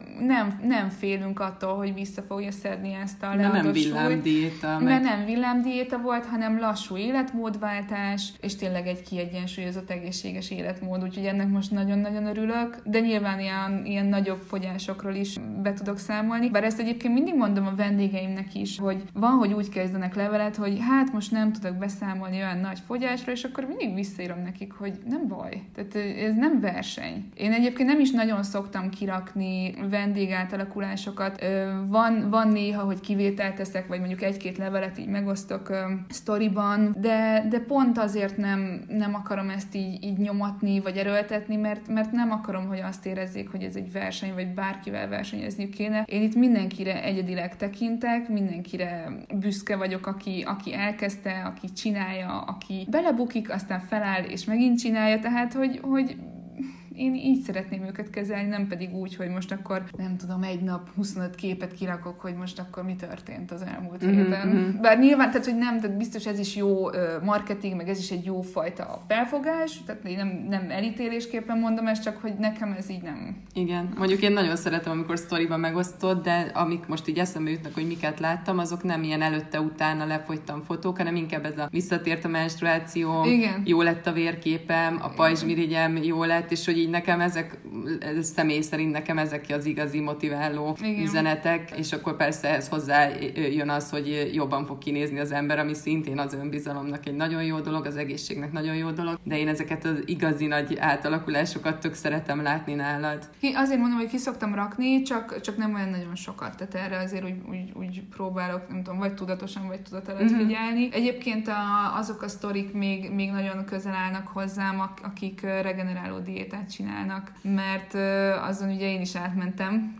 nem félünk attól, hogy vissza fogja szedni ezt a leadott súlyt. Mert nem villámdiéta volt, hanem lassú életmódváltás, és tényleg egy kiegyensúlyozott egészséges életmód, úgyhogy ennek most nagyon-nagyon örülök, de nyilván ilyen nagyobb fogyásokról is be tudok számolni. Bár ezt egyébként mindig mondom a vendégeimnek is, hogy van, hogy úgy kezdenek levelet, hogy hát most nem tudok beszámolni olyan nagy fogyásra, és akkor mindig visszaírom nekik, hogy nem baj. Tehát ez nem verseny. Én egyébként nem is nagyon szoktam kirakni vendégátalakulásokat. Van néha, hogy kivételt teszek, vagy mondjuk egy-két levelet így megosztok sztoriban, de pont azért nem akarom ezt így nyomatni, vagy erőltetni, mert nem akarom, hogy azt érezzék, hogy ez egy verseny, vagy bárkivel versenyezniük kéne. Én itt mindenkire egyedileg tekintek, mindenkire büszke vagyok, aki elkezdte, aki csinálja, aki belebukik, aztán feláll, és megint csinálja, tehát, hogy én így szeretném őket kezelni, nem pedig úgy, hogy most akkor, nem tudom, egy nap 25 képet kirakok, hogy most akkor mi történt az elmúlt héten. Bár nyilván, tehát biztos ez is jó marketing, meg ez is egy jó fajta felfogás, tehát nem elítélésképpen mondom ezt, csak hogy nekem ez így nem. Igen, mondjuk én nagyon szeretem, amikor sztoriban megosztod, de amik most így eszembe jutnak, hogy miket láttam, azok nem ilyen előtte-utána lefogytam fotók, hanem inkább ez a visszatért a menstruáció, jó lett a vérképem, a pajzsmirigyem jó lett, és hogy így nekem ezek személy szerint nekem ezek az igazi motiváló üzenetek, és akkor persze ehhez hozzá jön az, hogy jobban fog kinézni az ember, ami szintén az önbizalomnak egy nagyon jó dolog, az egészségnek nagyon jó dolog, de én ezeket az igazi nagy átalakulásokat tök szeretem látni nálad. Azért mondom, hogy ki szoktam rakni, csak nem olyan nagyon sokat, tehát erre azért úgy próbálok, nem tudom, vagy tudatosan, vagy tudat előtt figyelni. Egyébként azok a sztorik még nagyon közel állnak hozzám, akik regeneráló diétát csinálnak, mert azon ugye én is átmentem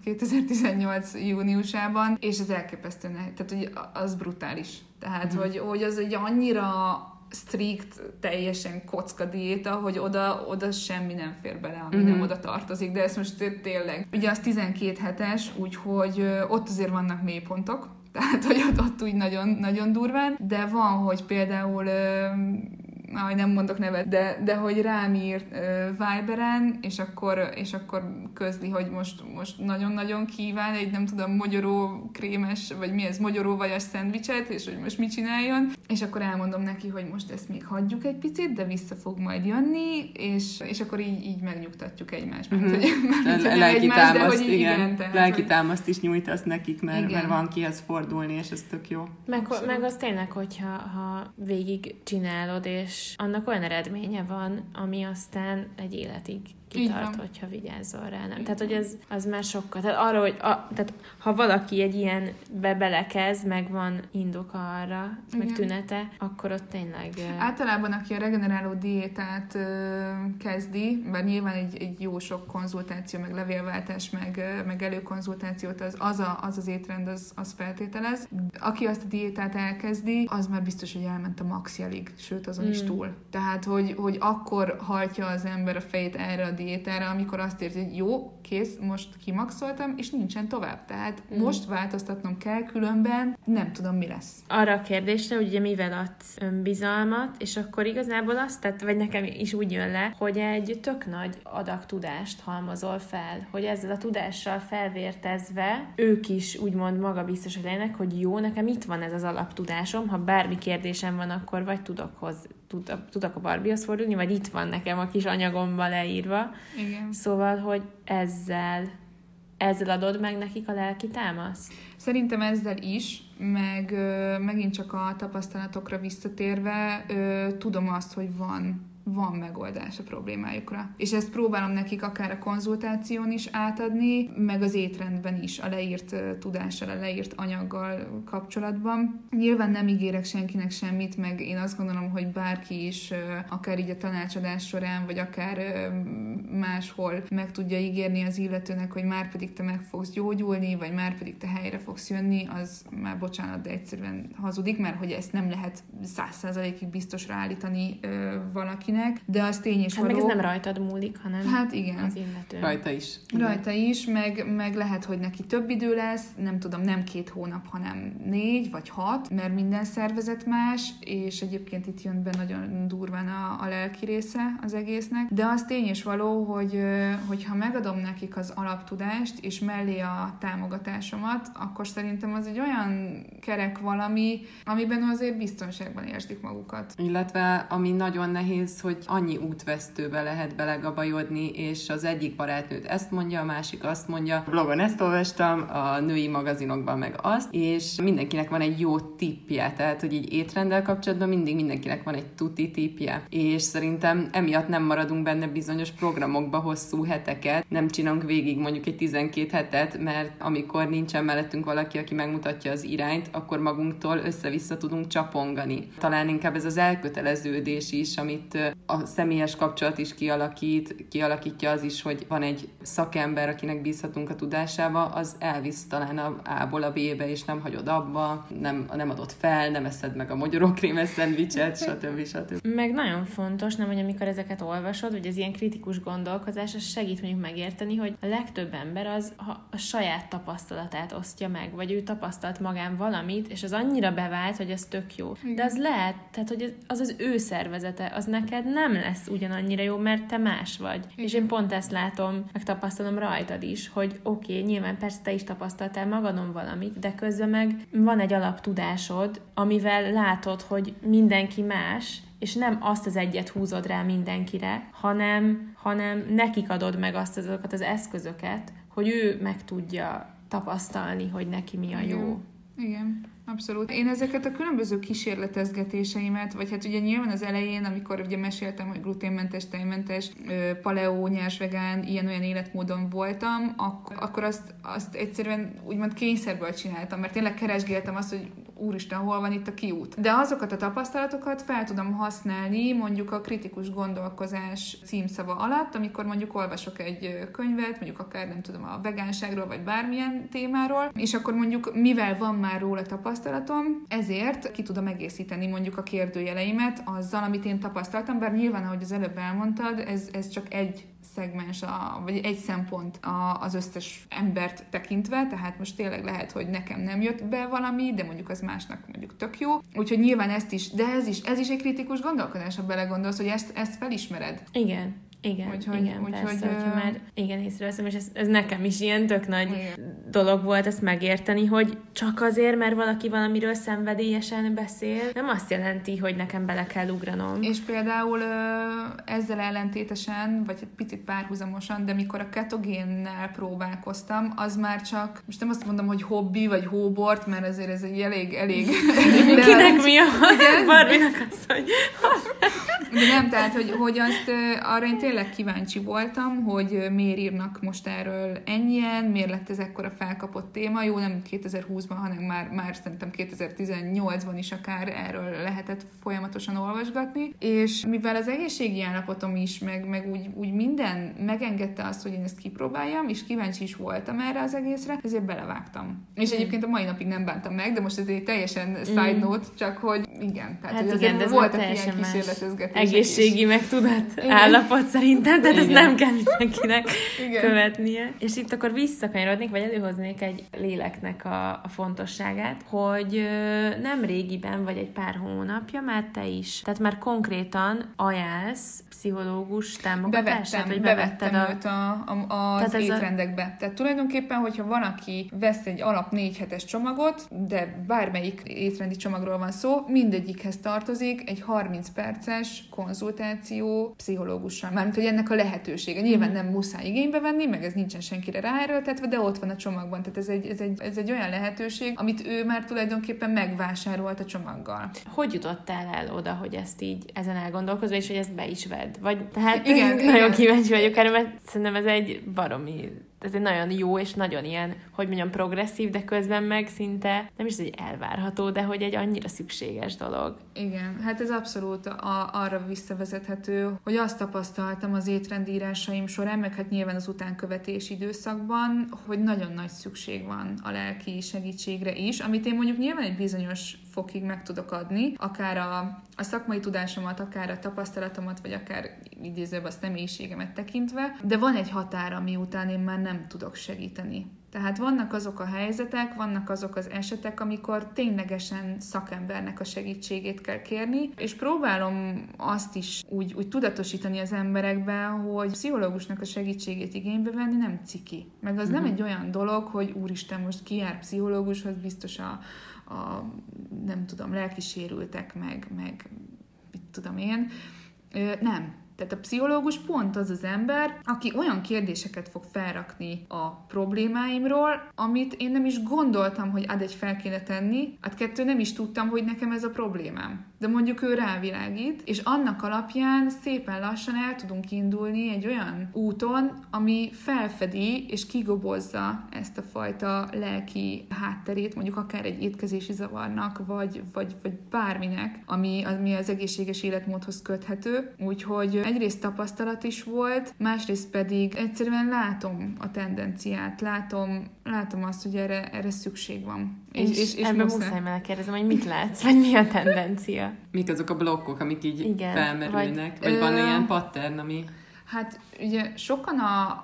2018 júniusában, és ez elképesztő nehéz, tehát hogy az brutális. Tehát, hogy az egy annyira strikt, teljesen kocka diéta, hogy oda semmi nem fér bele, ami nem oda tartozik, de ez most tényleg. Ugye az 12 hetes, úgyhogy ott azért vannak mélypontok, tehát hogy ott úgy nagyon, nagyon durván, de van, hogy például nem mondok nevet, de hogy rám írt Viberen, és akkor közli, hogy most nagyon-nagyon kíván egy, nem tudom, mogyoró krémes, vagy mi ez, mogyoró vajas szendvicset, és hogy most mit csináljon, és akkor elmondom neki, hogy most ezt még hagyjuk egy picit, de vissza fog majd jönni, és akkor így megnyugtatjuk egymást. Lelki támaszt is nyújtasz nekik, mert van kihez fordulni, és ez tök jó. Meg az tényleg, hogyha végig csinálod, és annak olyan eredménye van, ami aztán egy életig kitart, hogyha vigyázzol rá. Nem? Tehát, hogy az már sokkal. Tehát arra, hogy tehát, ha valaki egy ilyenbe belekezd, meg van indok arra, meg tünete, akkor ott tényleg... Általában, aki a regeneráló diétát kezdi, bár nyilván egy jó sok konzultáció, meg levélváltás, meg előkonzultációt az étrend, az feltételez. Aki azt a diétát elkezdi, az már biztos, hogy elment a maxialig, sőt azon is túl. Tehát, hogy akkor hajtja az ember a fejét erre a diétára, amikor azt érzi, hogy jó, kész, most kimaxoltam, és nincsen tovább. Tehát most változtatnom kell, különben nem tudom, mi lesz. Arra a kérdésre, hogy ugye mivel adsz önbizalmat, és akkor igazából azt tett, vagy nekem is úgy jön le, hogy egy tök nagy adag tudást halmozol fel, hogy ezzel a tudással felvértezve ők is úgymond magabiztosak legyenek, hogy jó, nekem itt van ez az alaptudásom, ha bármi kérdésem van, akkor vagy tudok a Barbiehoz fordulni, vagy itt van nekem a kis anyagomban leírva. Igen. Szóval, hogy ezzel adod meg nekik a lelki támaszt? Szerintem ezzel is, meg megint csak a tapasztalatokra visszatérve tudom azt, hogy van megoldás a problémájukra. És ezt próbálom nekik akár a konzultáción is átadni, meg az étrendben is, a leírt tudással, a leírt anyaggal kapcsolatban. Nyilván nem ígérek senkinek semmit, meg én azt gondolom, hogy bárki is, akár így a tanácsadás során, vagy akár máshol meg tudja ígérni az illetőnek, hogy már pedig te meg fogsz gyógyulni, vagy már pedig te helyre fogsz jönni, az már bocsánat, de egyszerűen hazudik, mert hogy ezt nem lehet 100%-ig biztosra állítani valakinek, de az tény is való. Meg ez nem rajtad múlik, hanem hát igen. az illető. Rajta is, meg lehet, hogy neki több idő lesz, nem tudom, nem 2 hónap, hanem 4 vagy 6, mert minden szervezet más, és egyébként itt jön be nagyon durván a lelki része az egésznek, de az tény is való, hogy ha megadom nekik az alaptudást, és mellé a támogatásomat, akkor szerintem az egy olyan kerek valami, amiben azért biztonságban érzik magukat. Illetve, ami nagyon nehéz, hogy annyi útvesztőbe lehet belegabajodni, és az egyik barátnőd ezt mondja, a másik azt mondja. A blogon ezt olvastam, a női magazinokban meg azt, és mindenkinek van egy jó tippje, tehát, hogy így étrenddel kapcsolatban mindenkinek van egy tuti tippje, és szerintem emiatt nem maradunk benne bizonyos programokba hosszú heteket, nem csinálunk végig mondjuk egy 12 hetet, mert amikor nincsen mellettünk valaki, aki megmutatja az irányt, akkor magunktól össze-vissza tudunk csapongani. Talán inkább ez az elköteleződés is, amit a személyes kapcsolat is kialakítja az is, hogy van egy szakember, akinek bízhatunk a tudásába, az elvisz talán a A-ból a B-be, és nem hagyod abba, nem adod fel, nem eszed meg a mogyorókrémes szendvicset, stb. Meg nagyon fontos, nem, hogy amikor ezeket olvasod, hogy ez ilyen kritikus gondolkozás, az segít mondjuk megérteni, hogy a legtöbb ember az a saját tapasztalatát osztja meg, vagy ő tapasztalt magán valamit, és az annyira bevált, hogy ez tök jó. De az lehet, tehát, hogy az ő szervezete, az neked nem lesz ugyanannyira jó, mert te más vagy. És én pont ezt látom, meg tapasztalom rajtad is, hogy oké, nyilván persze te is tapasztaltál magadon valamit, de közben meg van egy alaptudásod, amivel látod, hogy mindenki más, és nem azt az egyet húzod rá mindenkire, hanem nekik adod meg azokat az eszközöket, hogy ő meg tudja tapasztalni, hogy neki mi a jó. Igen. Abszolút. Én ezeket a különböző kísérletezgetéseimet, vagy hát ugye nyilván az elején, amikor ugye meséltem, hogy gluténmentes, tejmentes, paleó, nyers, vegán, ilyen-olyan életmódon voltam, akkor azt egyszerűen úgymond kényszerből csináltam, mert tényleg keresgéltem azt, hogy úristen, hol van itt a kiút. De azokat a tapasztalatokat fel tudom használni mondjuk a kritikus gondolkozás címszava alatt, amikor mondjuk olvasok egy könyvet, mondjuk akár nem tudom, a vegánságról, vagy bármilyen témáról, és akkor mondjuk mivel van már róla tapasztalatom, ezért ki tudom egészíteni mondjuk a kérdőjeleimet azzal, amit én tapasztaltam, bár nyilván, ahogy az előbb elmondtad, ez csak egy szegmens, vagy egy szempont az összes embert tekintve, tehát most tényleg lehet, hogy nekem nem jött be valami, de mondjuk az másnak mondjuk tök jó. Úgyhogy nyilván ezt is, de ez is egy kritikus gondolkodás, ha belegondolsz, hogy ezt felismered. Igen, persze, hogyha már észreveszem, és ez nekem is ilyen tök nagy dolog volt ezt megérteni, hogy csak azért, mert valaki valamiről szenvedélyesen beszél, nem azt jelenti, hogy nekem bele kell ugranom. És például ezzel ellentétesen, vagy egy picit párhuzamosan, de mikor a ketogénnel próbálkoztam, az már csak, most nem azt mondom, hogy hobbi, vagy hóbort, mert azért ez egy elég kinek mi a Barbinak az, hogy de nem, tehát, hogy azt arra én tényleg kíváncsi voltam, hogy miért írnak most erről ennyien, miért lett ez ekkora felkapott téma. Jó, nem 2020-ban, hanem már szerintem 2018-ban is akár erről lehetett folyamatosan olvasgatni. És mivel az egészségi állapotom is, meg úgy minden megengedte azt, hogy én ezt kipróbáljam, és kíváncsi is voltam erre az egészre, ezért belevágtam. És egyébként a mai napig nem bántam meg, de most ez egy teljesen side note, csak hogy igen. Tehát, hát hogy igen, de voltak ilyen kísérletezgetések. Egészségi megtudat állapot szerintem, tehát ezt nem kell mindenkinek követnie. És itt akkor visszakanyarodnék, vagy előhoznék egy léleknek a fontosságát, hogy nem régiben, vagy egy pár hónapja már te is, tehát már konkrétan ajánlsz pszichológus támogatását, vagy bevettem őt az étrendekbe. Tehát tulajdonképpen, hogyha van, aki vesz egy alap 4 hetes csomagot, de bármelyik étrendi csomagról van szó, mindegyikhez tartozik egy 30 perces konzultáció pszichológussal. Mármint, hogy ennek a lehetősége. Nyilván nem muszáj igénybe venni, meg ez nincsen senkire ráerőltetve, de ott van a csomagban. Tehát ez egy olyan lehetőség, amit ő már tulajdonképpen megvásárolt a csomaggal. Hogy jutottál el oda, hogy ezt így ezen elgondolkozva, és hogy ezt be is vedd? Vagy tehát igen, nagyon kíváncsi vagyok erre, mert szerintem ez egy baromi, ez egy nagyon jó és nagyon ilyen, hogy mondjam, progresszív, de közben meg szinte nem is egy elvárható, de hogy egy annyira szükséges dolog. Igen, hát ez abszolút arra visszavezethető, hogy azt tapasztaltam az étrendírásaim során, meg hát nyilván az utánkövetés időszakban, hogy nagyon nagy szükség van a lelki segítségre is, amit én mondjuk nyilván egy bizonyos fokig meg tudok adni, akár a szakmai tudásomat, akár a tapasztalatomat, vagy akár idézőbb a személyiségemet tekintve, de van egy határ, ami után én már nem tudok segíteni. Tehát vannak azok a helyzetek, vannak azok az esetek, amikor ténylegesen szakembernek a segítségét kell kérni, és próbálom azt is úgy tudatosítani az emberekben, hogy pszichológusnak a segítségét igénybe venni nem ciki. Meg az nem egy olyan dolog, hogy úristen, most ki jár pszichológushoz, biztos a nem tudom, lelkisérültek meg mit tudom én. Nem. Tehát a pszichológus pont az az ember, aki olyan kérdéseket fog felrakni a problémáimról, amit én nem is gondoltam, hogy ad egy fel kéne tenni, 2 nem is tudtam, hogy nekem ez a problémám. De mondjuk ő rávilágít, és annak alapján szépen lassan el tudunk indulni egy olyan úton, ami felfedi és kigobozza ezt a fajta lelki hátterét, mondjuk akár egy étkezési zavarnak, vagy bárminek, ami az egészséges életmódhoz köthető. Úgyhogy egyrészt tapasztalat is volt, másrészt pedig egyszerűen látom a tendenciát, látom azt, hogy erre szükség van. És ebben muszáj megkérdezem, hogy mit látsz, vagy mi a tendencia? Mik azok a blokkok, amik így felmerülnek? Vagy van ilyen pattern, ami... Hát ugye sokan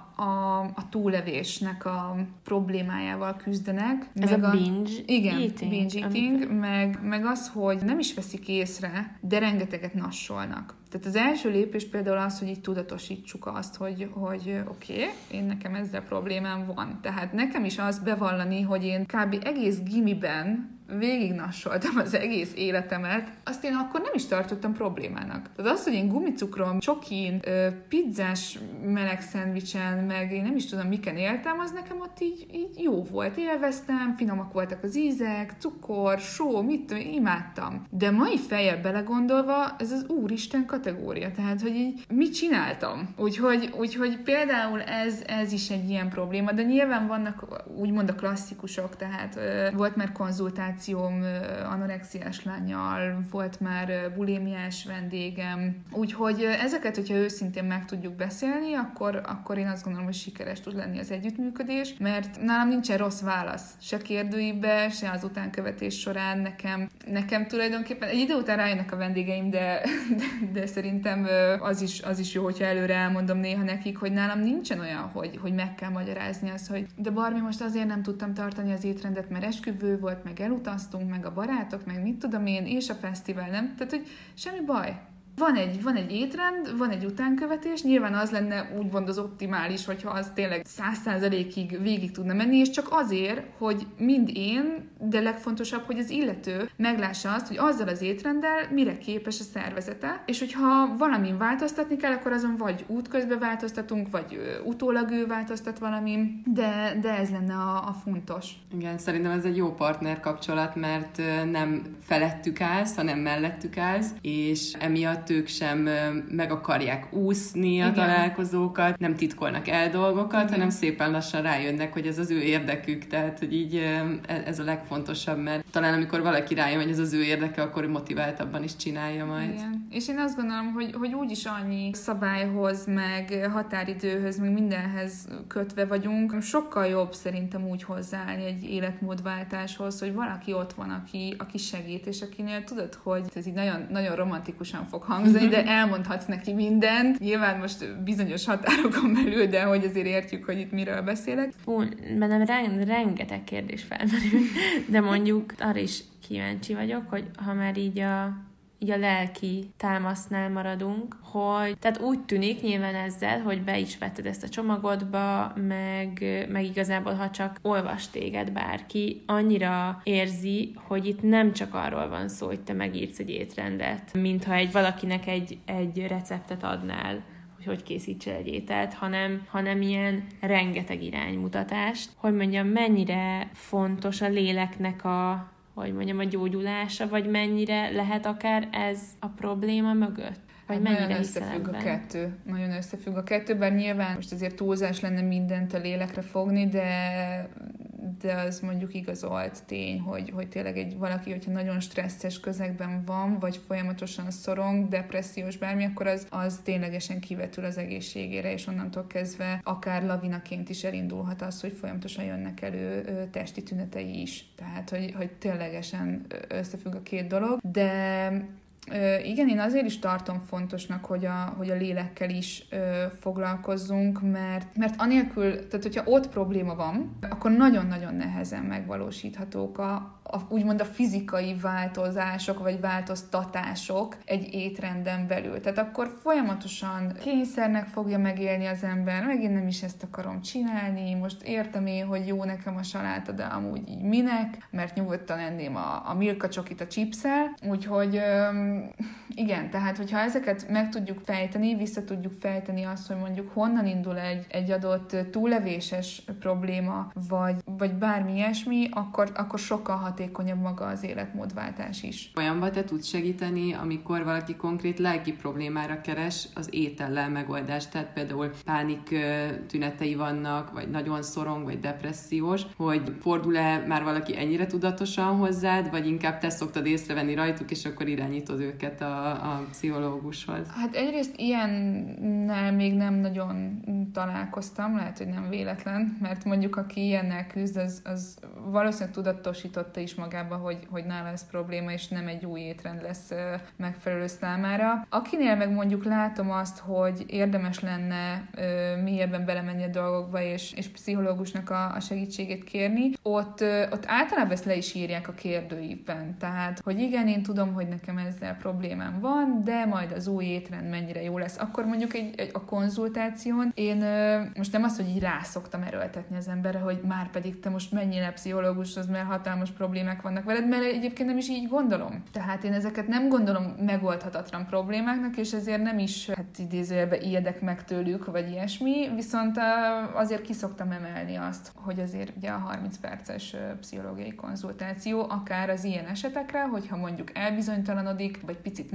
a túlevésnek a problémájával küzdenek. Ez a binge eating? Binge eating, meg az, hogy nem is veszik észre, de rengeteget nassolnak. Tehát az első lépés például az, hogy így tudatosítsuk azt, hogy oké, én nekem ezzel problémám van. Tehát nekem is az bevallani, hogy én kb. Egész gimiben végignassoltam az egész életemet, azt én akkor nem is tartottam problémának. Tehát az, hogy én gumicukrom, csokin, pizzás meleg szendvicsen, meg én nem is tudom, miken éltem, az nekem ott így jó volt. Élveztem, finomak voltak az ízek, cukor, só, imádtam. De mai fejjel belegondolva, ez az úristen kategória. Tehát, hogy így mit csináltam? Úgyhogy például ez is egy ilyen probléma, de nyilván vannak úgymond a klasszikusok, tehát volt már konzultáció szituációm anorexiás lánnyal, volt már bulémiás vendégem, úgyhogy ezeket, hogyha őszintén meg tudjuk beszélni, akkor én azt gondolom, hogy sikeres tud lenni az együttműködés, mert nálam nincsen rossz válasz, se kérdőibe, se az utánkövetés során nekem tulajdonképpen egy idő után rájönnek a vendégeim, de szerintem az is jó, hogyha előre elmondom néha nekik, hogy nálam nincsen olyan, hogy meg kell magyarázni azt, hogy de Barbi, most azért nem tudtam tartani az étrendet, mert esküvő volt, meg elutaztunk, meg a barátok, meg mit tudom én, és a fesztivál, nem? Tehát, hogy semmi baj. Van egy étrend, van egy utánkövetés, nyilván az lenne úgymond az optimális, hogyha az tényleg 100%-ig végig tudna menni, és csak azért, hogy mind én, de legfontosabb, hogy az illető meglássa azt, hogy azzal az étrenddel mire képes a szervezete, és hogyha valamin változtatni kell, akkor azon vagy útközben változtatunk, vagy utólag ő változtat valamin, de ez lenne a fontos. Igen, szerintem ez egy jó partner kapcsolat, mert nem felettük állsz, hanem mellettük állsz, és emiatt ők sem meg akarják úszni a találkozókat, nem titkolnak el dolgokat, hanem szépen lassan rájönnek, hogy ez az ő érdekük, tehát hogy így ez a legfontosabb, mert talán amikor valaki rájön, hogy ez az ő érdeke, akkor motiváltabban is csinálja majd. Igen. És én azt gondolom, hogy úgyis annyi szabályhoz, meg határidőhöz, meg mindenhez kötve vagyunk, sokkal jobb szerintem úgy hozzáállni egy életmódváltáshoz, hogy valaki ott van, aki segít, és akinél tudod, hogy ez így nagyon, nagyon romantikusan fog hangzani, de elmondhatsz neki mindent. Nyilván most bizonyos határokon belül, de hogy azért értjük, hogy itt miről beszélek. Bennem rengeteg kérdés felmerül, de mondjuk arra is kíváncsi vagyok, hogy ha már így a lelki támasznál maradunk, hogy tehát úgy tűnik nyilván ezzel, hogy be is vetted ezt a csomagodba, meg igazából, ha csak olvas téged bárki, annyira érzi, hogy itt nem csak arról van szó, hogy te megírsz egy étrendet, mintha valakinek egy receptet adnál, hogy készítsél egy ételt, hanem ilyen rengeteg iránymutatást, hogy mondjam, mennyire fontos a léleknek a gyógyulása, vagy mennyire lehet akár ez a probléma mögött? Vagy mennyire nagyon összefügg a kettő. Nagyon összefügg a kettő, bár nyilván most azért túlzás lenne mindent a lélekre fogni, de az mondjuk igazolt tény, hogy tényleg valaki, hogyha nagyon stresszes közegben van, vagy folyamatosan szorong, depressziós bármi, akkor az ténylegesen kivetül az egészségére, és onnantól kezdve akár lavinaként is elindulhat az, hogy folyamatosan jönnek elő testi tünetei is. Tehát, hogy ténylegesen összefügg a két dolog, de igen, én azért is tartom fontosnak, hogy a lélekkel is foglalkozzunk, mert anélkül, tehát hogyha ott probléma van, akkor nagyon-nagyon nehezen megvalósíthatók úgymond a fizikai változások, vagy változtatások egy étrenden belül. Tehát akkor folyamatosan kényszernek fogja megélni az ember, megint nem is ezt akarom csinálni, most értem én, hogy jó nekem a saláta, de amúgy így minek, mert nyugodtan enném a Milka csokit a chipsszel, úgyhogy igen, tehát hogyha ezeket meg tudjuk fejteni, vissza tudjuk fejteni azt, hogy mondjuk honnan indul egy adott túlevéses probléma, vagy bármi ilyesmi, akkor sokkal hatékonyabb maga az életmódváltás is. Olyanban te tudsz segíteni, amikor valaki konkrét lelki problémára keres az étellel megoldást, tehát például pánik tünetei vannak, vagy nagyon szorong, vagy depressziós, hogy fordul-e már valaki ennyire tudatosan hozzád, vagy inkább te szoktad észrevenni rajtuk, és akkor irányítod őket a pszichológushoz? Hát egyrészt ilyennel még nem nagyon találkoztam, lehet, hogy nem véletlen, mert mondjuk aki ilyennel küzd, az valószínűleg tudatosította is magába, hogy nála ez probléma, és nem egy új étrend lesz megfelelő számára. Akinél meg mondjuk látom azt, hogy érdemes lenne mélyebben belemenni a dolgokba, és pszichológusnak a segítségét kérni, ott általában ezt le is írják a kérdőívben. Tehát, hogy igen, én tudom, hogy nekem ezzel problémám van, de majd az új étrend mennyire jó lesz. Akkor mondjuk a konzultáción én most nem azt, hogy így rászoktam erőltetni az emberre, hogy már pedig te most mennyire pszichológushoz, mert hatalmas problémák vannak veled, mert egyébként nem is így gondolom. Tehát én ezeket nem gondolom megoldhatatlan problémáknak, és ezért nem is, idézőjelben ijedek meg tőlük, vagy ilyesmi, viszont azért ki szoktam emelni azt, hogy azért ugye a 30 perces pszichológiai konzultáció, akár az ilyen esetekre, hogyha mondjuk elbizonytalanodik, vagy picit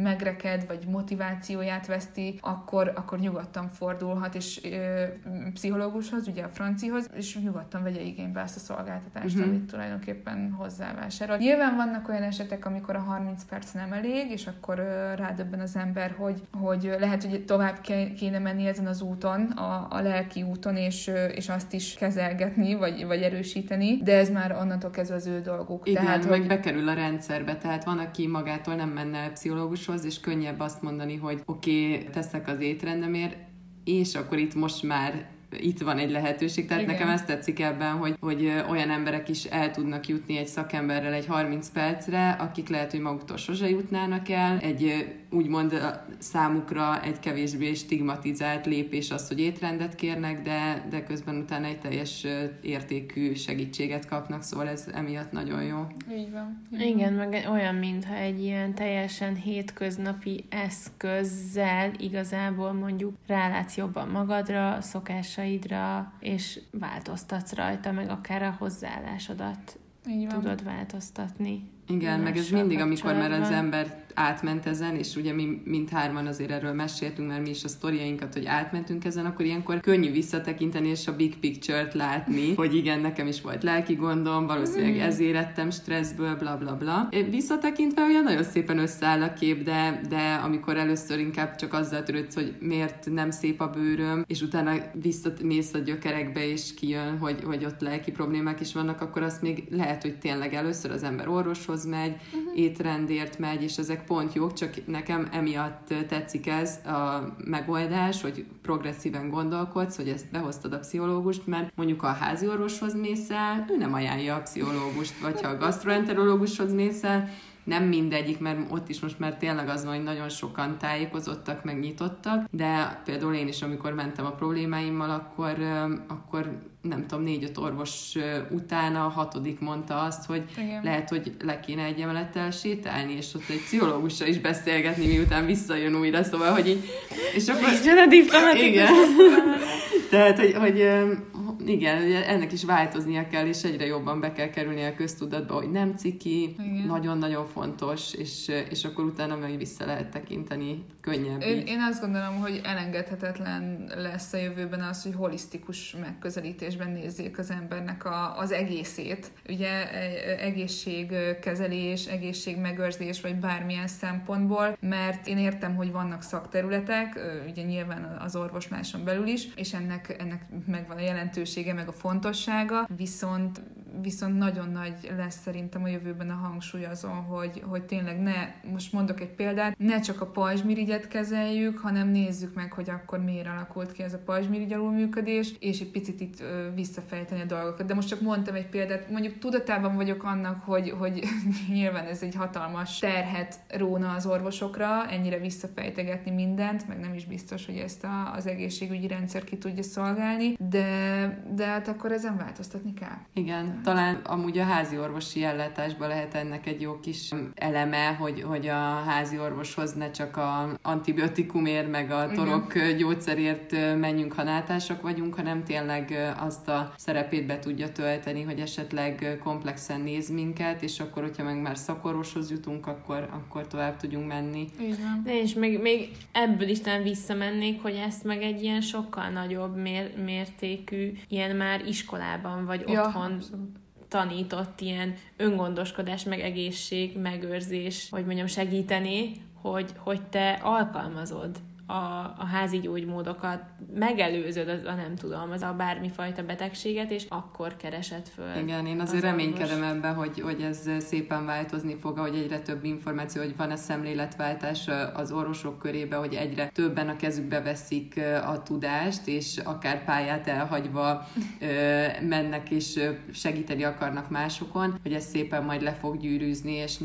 megreked, vagy motivációját veszti, akkor nyugodtan fordulhat, és pszichológushoz, ugye a francihoz, és nyugodtan vegye igénybe ezt a szolgáltatást, amit tulajdonképpen hozzávásárol. Nyilván vannak olyan esetek, amikor a 30 perc nem elég, és akkor rádöbben az ember, hogy lehet, hogy tovább kéne menni ezen az úton, a lelki úton, és azt is kezelgetni, vagy erősíteni, de ez már onnantól kezdve az ő dolguk. Igen, tehát, meg bekerül a rendszerbe, tehát van, aki magától nem menne el pszichológushoz, és könnyebb azt mondani, hogy oké, teszek az étrendemért, és akkor itt most már itt van egy lehetőség, tehát igen. Nekem ezt tetszik ebben, hogy olyan emberek is el tudnak jutni egy szakemberrel egy 30 percre, akik lehet, hogy maguktól sose jutnának el. Egy úgymond számukra egy kevésbé stigmatizált lépés az, hogy étrendet kérnek, de közben utána egy teljes értékű segítséget kapnak, szóval ez emiatt nagyon jó. Így van. Igen, meg olyan, mintha egy ilyen teljesen hétköznapi eszközzel igazából mondjuk rálátsz jobban magadra, szokásaidra, és változtatsz rajta, meg akár a hozzáállásodat tudod változtatni. Igen, meg ez mindig, amikor már az ember átment ezen, és ugye mi mindhárman azért erről meséltünk, mert mi is a sztoriainkat, hogy átmentünk ezen, akkor ilyenkor könnyű visszatekinteni, és a big picture-t látni, hogy igen, nekem is volt lelki gondom, valószínűleg ezért ettem stresszből, bla bla bla. Visszatekintve olyan nagyon szépen összeáll a kép, de amikor először inkább csak azzal törődsz, hogy miért nem szép a bőröm, és utána visszamész a gyökerekbe, és kijön, hogy ott lelki problémák is vannak, akkor azt még lehet, hogy tényleg először az ember orvoshoz megy, étrendért megy, és ezek pont jók, csak nekem emiatt tetszik ez a megoldás, hogy progresszíven gondolkodsz, hogy ezt behoztad a pszichológust, mert mondjuk a házi orvoshoz mész el, ő nem ajánlja a pszichológust, vagy ha a gastroenterológushoz mész el, nem mindegyik, mert ott is most már tényleg az van, hogy nagyon sokan tájékozottak, meg nyitottak, de például én is, amikor mentem a problémáimmal, akkor nem tudom, 4-5 orvos utána a 6. mondta azt, hogy igen. Lehet, hogy le kéne egy emelettel sétálni, és ott egy pszichológussal is beszélgetni, miután visszajön újra, szóval, hogy így... És akkor... Igen. Tehát, hogy igen, ennek is változnia kell, és egyre jobban be kell kerülni a köztudatba, hogy nem ciki, igen. Nagyon-nagyon fontos, és akkor utána meg vissza lehet tekinteni könnyebb. Én azt gondolom, hogy elengedhetetlen lesz a jövőben az, hogy holisztikus megközelítésben nézzék az embernek az egészét. Ugye egészségkezelés, egészségmegőrzés, vagy bármilyen szempontból, mert én értem, hogy vannak szakterületek, ugye nyilván az orvosláson belül is, és ennek megvan a jelentősége, meg a fontossága, viszont nagyon nagy lesz szerintem a jövőben a hangsúly azon, hogy tényleg most mondok egy példát, ne csak a pajzsmirigyet kezeljük, hanem nézzük meg, hogy akkor miért alakult ki ez a pajzsmirigy alulműködés, és egy picit itt visszafejteni a dolgokat. De most csak mondtam egy példát, mondjuk tudatában vagyok annak, hogy nyilván ez egy hatalmas terhet róna az orvosokra, ennyire visszafejtegetni mindent, meg nem is biztos, hogy ezt az egészségügyi rendszer ki tudja szolgálni, de hát akkor ezen változtatni kell. Igen, talán amúgy a házi orvosi ellátásban lehet ennek egy jó kis eleme, hogy a házi orvoshoz ne csak a antibiotikumért, meg a torok gyógyszerért menjünk, ha nátásak vagyunk, hanem tényleg azt a szerepét be tudja tölteni, hogy esetleg komplexen néz minket, és akkor, hogyha meg már szakorvoshoz jutunk, akkor tovább tudjunk menni. Igen. De és még ebből is nem visszamennék, hogy ezt meg egy ilyen sokkal nagyobb mértékű, ilyen már iskolában vagy otthon tanított ilyen öngondoskodás, meg egészség, megőrzés, hogy mondjam, segíteni, hogy te alkalmazod a házi gyógymódokat, megelőzöd az a bármifajta betegséget, és akkor keresed föl. Igen, én azért reménykedem ebben, hogy ez szépen változni fog, hogy egyre több információ, hogy van-e szemléletváltás az orvosok körébe, hogy egyre többen a kezükbe veszik a tudást, és akár pályát elhagyva mennek, és segíteni akarnak másokon, hogy ez szépen majd le fog gyűrűzni, és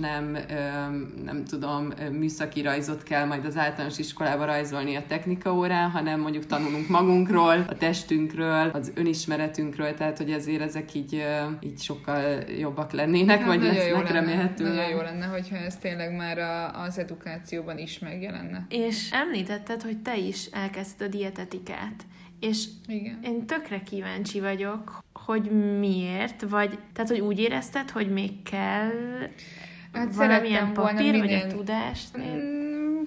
nem tudom, műszaki rajzot kell majd az általános iskolába rajzolni a technika órán, hanem mondjuk tanulunk magunkról, a testünkről, az önismeretünkről, tehát hogy ezért ezek így sokkal jobbak lennének, vagy lesznek remélhetően. Nagyon jó lenne, hogyha ez tényleg már az edukációban is megjelenne. És említetted, hogy te is elkezdted a dietetikát, és igen. Én tökre kíváncsi vagyok, hogy miért, vagy tehát, hogy úgy érezted, hogy még kell valamilyen papír, vagy a tudást?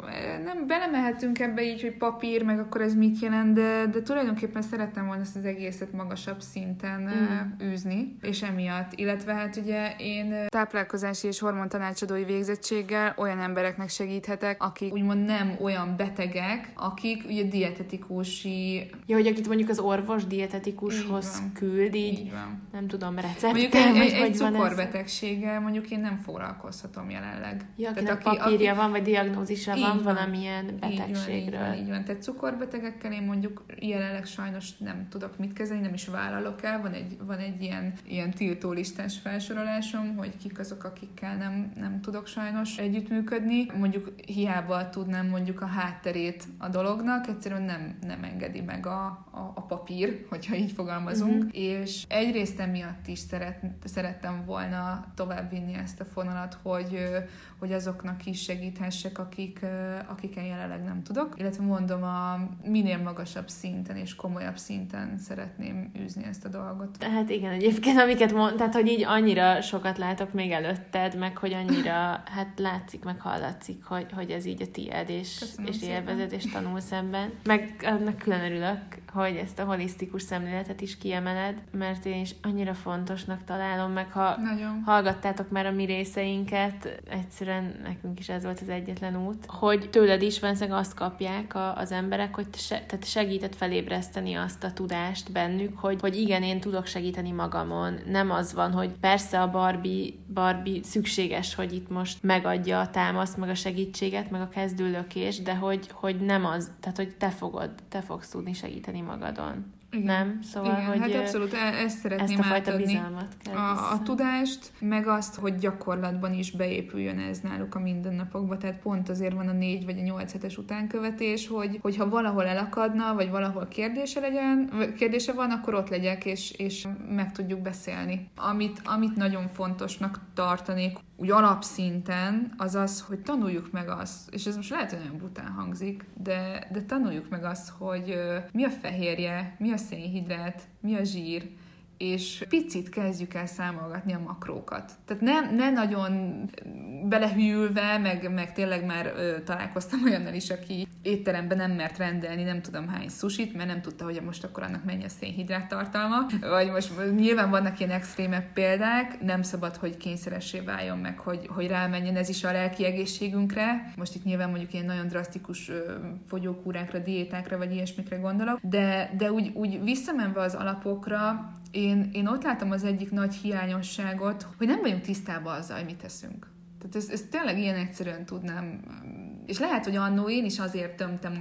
nem belemehetünk ebbe így, hogy papír, meg akkor ez mit jelent, de tulajdonképpen szerettem volna ezt az egészet magasabb szinten űzni, és emiatt. Illetve hát ugye én táplálkozási és hormontanácsadói végzettséggel olyan embereknek segíthetek, akik úgymond nem olyan betegek, akik ugye dietetikusi... Ja, hogy akit mondjuk az orvos dietetikushoz küld, így nem tudom, recepttel, mondjuk egy cukorbetegséggel mondjuk én nem foglalkozhatom jelenleg. Ja, akinek papírja van, vagy diagnózisa van valamilyen betegségről. Így van. Tehát cukorbetegekkel én mondjuk jelenleg sajnos nem tudok mit kezdeni, nem is vállalok el. Van egy ilyen tiltólistás felsorolásom, hogy kik azok, akikkel nem tudok sajnos együttműködni. Mondjuk hiába tudnám mondjuk a hátterét a dolognak, egyszerűen nem engedi meg a papír, hogyha így fogalmazunk. És egyrészt emiatt is szerettem volna továbbvinni ezt a fonalat, hogy azoknak is segíthessek, akiken jelenleg nem tudok. Illetve mondom, a minél magasabb szinten és komolyabb szinten szeretném űzni ezt a dolgot. Hát igen, egyébként amiket tehát hogy így annyira sokat látok még előtted, meg hogy annyira hát látszik, meg hallatszik, hogy ez így a tiéd, és élvezed, és tanulsz ebben. Meg annak külön örülök, hogy ezt a holisztikus szemléletet is kiemeled, mert én is annyira fontosnak találom, meg ha hallgattátok már a mi részeinket, egyszerűen nekünk is ez volt az egyetlen út, hogy tőled is valószínűleg azt kapják az emberek, hogy te segíted felébreszteni azt a tudást bennük, hogy igen, én tudok segíteni magamon. Nem az van, hogy persze a Barbie szükséges, hogy itt most megadja a támaszt, meg a segítséget, meg a kezdőlökést, de hogy nem az, tehát hogy te fogsz tudni segíteni magadon. Igen. Nem? Szóval, igen, hogy hát abszolút ezt szeretném ezt a fajta átadni. bizalmat kell a tudást, meg azt, hogy gyakorlatban is beépüljön ez náluk a mindennapokba. Tehát pont azért van a 4 vagy a 8 hetes utánkövetés, hogyha valahol elakadna, vagy valahol kérdése van, akkor ott legyek, és meg tudjuk beszélni. Amit nagyon fontosnak tartanék, úgy alapszinten, az, hogy tanuljuk meg azt, és ez most lehet, hogy nagyon bután hangzik, de tanuljuk meg azt, hogy mi a fehérje, mi a szénhidrát, mi a zsír, és picit kezdjük el számolgatni a makrókat. Tehát ne nagyon belehűlve, meg tényleg már találkoztam olyannal is, aki étteremben nem mert rendelni nem tudom hány sushit, mert nem tudta, hogy most akkor annak mennyi a szénhidrát tartalma. Vagy most nyilván vannak ilyen extrémebb példák, nem szabad, hogy kényszeressé váljon meg, hogy rámenjen ez is a lelki egészségünkre. Most itt nyilván mondjuk ilyen nagyon drasztikus fogyókúrákra, diétákra, vagy ilyesmikre gondolok, de úgy visszamenve az alapokra, én ott látom az egyik nagy hiányosságot, hogy nem vagyunk tisztában azzal, hogy mit teszünk. Tehát ezt tényleg ilyen egyszerűen tudnám. És lehet, hogy annó én is azért tömtem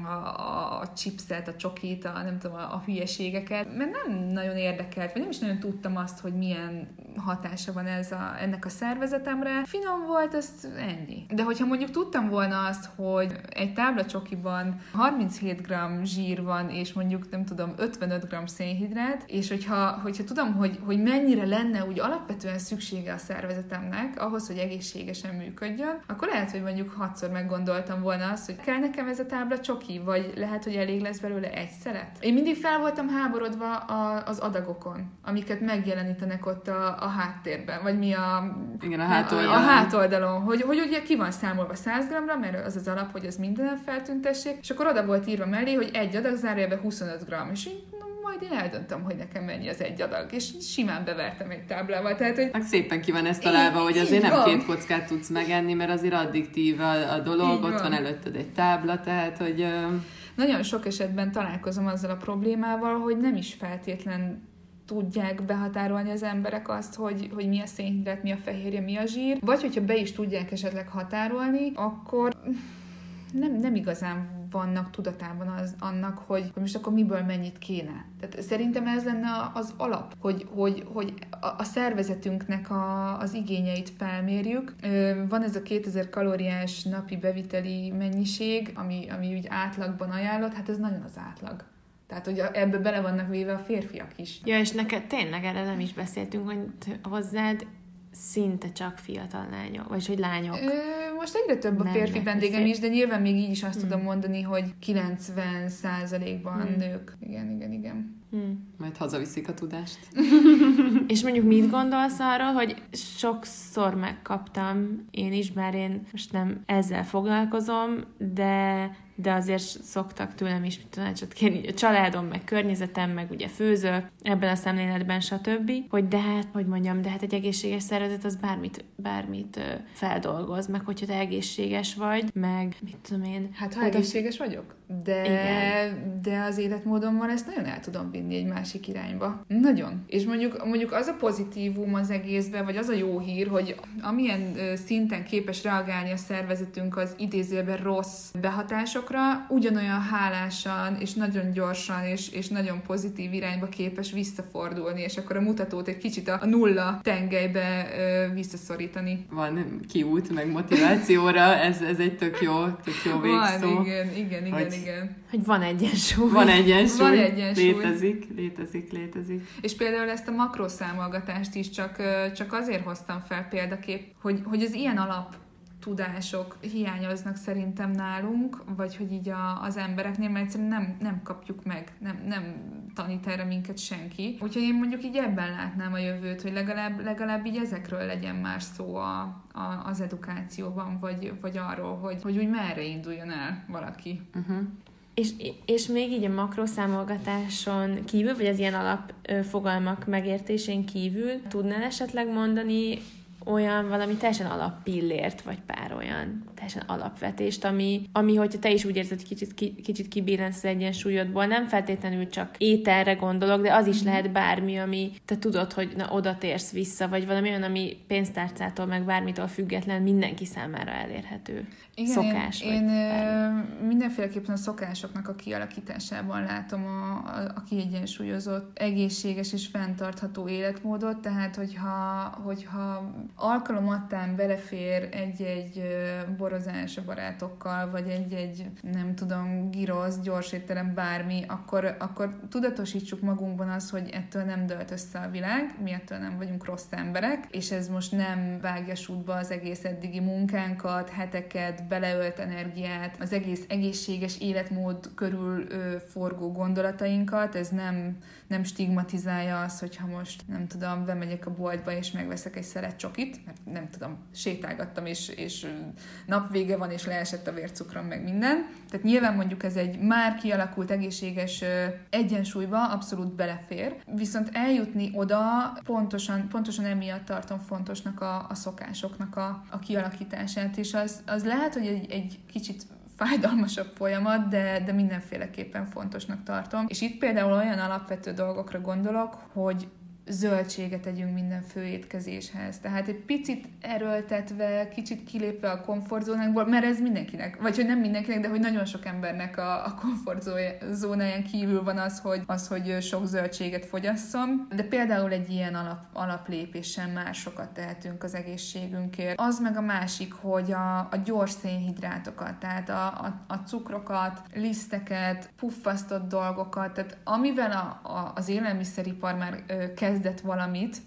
a chipset, a csokit, nem tudom, a hülyeségeket, mert nem nagyon érdekelt, vagy nem is nagyon tudtam azt, hogy milyen hatása van ennek a szervezetemre. Finom volt, azt ennyi. De hogyha mondjuk tudtam volna azt, hogy egy tábla csokiban 37 g zsír van, és mondjuk nem tudom, 55 g szénhidrát, és hogyha tudom, hogy mennyire lenne úgy alapvetően szüksége a szervezetemnek ahhoz, hogy egészségesen működjön, akkor lehet, hogy mondjuk 6-szor meggondoltam volna azt, hogy kell nekem ez a tábla csoki, vagy lehet, hogy elég lesz belőle egy szelet. Én mindig fel voltam háborodva az adagokon, amiket megjelenítenek ott a háttérben, vagy mi igen, a hátoldalon. A hátoldalon, hogy ugye ki van számolva 100 g-ra, mert az az alap, hogy az mindenen feltüntessék, és akkor oda volt írva mellé, hogy egy adag zárójelben 25 g, és így majd én eldöntöm, hogy nekem mennyi az egy adag, és simán bevertem egy táblával. Tehát, hogy szépen ki van ezt találva, hogy azért nem 2 kockát tudsz megenni, mert azért addiktív a dolog, ott van előtted egy tábla, tehát, hogy... Nagyon sok esetben találkozom azzal a problémával, hogy nem is feltétlen tudják behatárolni az emberek azt, hogy mi a szénhidrát, mi a fehérje, mi a zsír, vagy hogyha be is tudják esetleg határolni, akkor nem igazán vannak tudatában annak, hogy most akkor miből mennyit kéne. Tehát szerintem ez lenne az alap, hogy a szervezetünknek az igényeit felmérjük. Van ez a 2000 kalóriás napi beviteli mennyiség, ami úgy átlagban ajánlott, hát ez nagyon az átlag. Tehát, hogy ebbe bele vannak véve a férfiak is. Ja, és neked tényleg erre nem is beszéltünk, hogy hozzád szinte csak fiatal lányok, vagy hogy lányok. Most egyre több a férfi vendégem is, de nyilván még így is azt tudom mondani, hogy 90%-ban nők. Igen. Majd hazaviszik a tudást. És mondjuk mit gondolsz arról, hogy sokszor megkaptam én is, bár én most nem ezzel foglalkozom, de azért szoktak tőlem is tanácsot kérni, a családom, meg környezetem, meg ugye főzök, ebben a szemléletben, stb. Hogy de hát egy egészséges szervezet az bármit feldolgoz, meg hogyha te egészséges vagy, meg mit tudom én. Hát ha egészséges vagyok, de az életmódommal ezt nagyon el tudom vinni egy másik irányba. Nagyon. És mondjuk az a pozitívum az egészben, vagy az a jó hír, hogy amilyen szinten képes reagálni a szervezetünk az idézőben rossz behatásokra, ugyanolyan hálásan, és nagyon gyorsan, és nagyon pozitív irányba képes visszafordulni, és akkor a mutatót egy kicsit a nulla tengelybe visszaszorítani. Van kiút, meg motivációra, ez egy tök jó végszó. Van, igen. Hogy van egyensúly. Van egyensúly. Létezik. És például ezt a makroszámolgatást is csak azért hoztam fel példaképp, hogy az ilyen alaptudások hiányoznak szerintem nálunk, vagy hogy így az embereknél, mert egyszerűen nem kapjuk meg, nem tanít erre minket senki. Úgyhogy én mondjuk így ebben látnám a jövőt, hogy legalább így ezekről legyen más szó az edukációban, vagy arról, hogy úgy merre induljon el valaki. Uh-huh. És még így a makroszámolgatáson kívül, vagy az ilyen alapfogalmak megértésén kívül tudnál esetleg mondani olyan valami teljesen alappillért, vagy pár olyan teljesen alapvetést, ami hogyha te is úgy érzed, hogy kicsit kibillensz az egyensúlyodból, nem feltétlenül csak ételre gondolok, de az is lehet bármi, ami te tudod, hogy oda térsz vissza, vagy valami olyan, ami pénztárcától, meg bármitől független mindenki számára elérhető. Igen, szokás. Én mindenféleképpen a szokásoknak a kialakításában látom a kiegyensúlyozott, egészséges és fenntartható életmódot, tehát hogyha alkalomattán belefér egy borozás a barátokkal, vagy egy nem tudom, girosz, gyors étterem, bármi, akkor tudatosítsuk magunkban azt, hogy ettől nem dölt össze a világ, mi ettől nem vagyunk rossz emberek, és ez most nem vágja sútba az egész eddigi munkánkat, heteket, beleölt energiát, az egész egészséges életmód körül forgó gondolatainkat, ez nem stigmatizálja azt, hogyha most, nem tudom, bemegyek a boltba és megveszek egy szelet csokit, mert nem tudom, sétálgattam, és napvége van, és leesett a vércukrom, meg minden. Tehát nyilván mondjuk ez egy már kialakult egészséges egyensúlyba abszolút belefér, viszont eljutni oda pontosan emiatt tartom fontosnak a szokásoknak a kialakítását, és az lehet, hogy egy kicsit fájdalmasabb folyamat, de mindenféleképpen fontosnak tartom. És itt például olyan alapvető dolgokra gondolok, hogy zöldséget tegyünk minden főétkezéshez. Tehát egy picit erőltetve, kicsit kilépve a komfortzónánkból, mert ez mindenkinek, vagy hogy nem mindenkinek, de hogy nagyon sok embernek a komfortzónáján kívül van az, hogy sok zöldséget fogyasszon. De például egy ilyen alaplépéssel már sokat tehetünk az egészségünkért. Az meg a másik, hogy a gyors szénhidrátokat, tehát a cukrokat, liszteket, puffasztott dolgokat, tehát amivel az élelmiszeripar már kezdett valamit,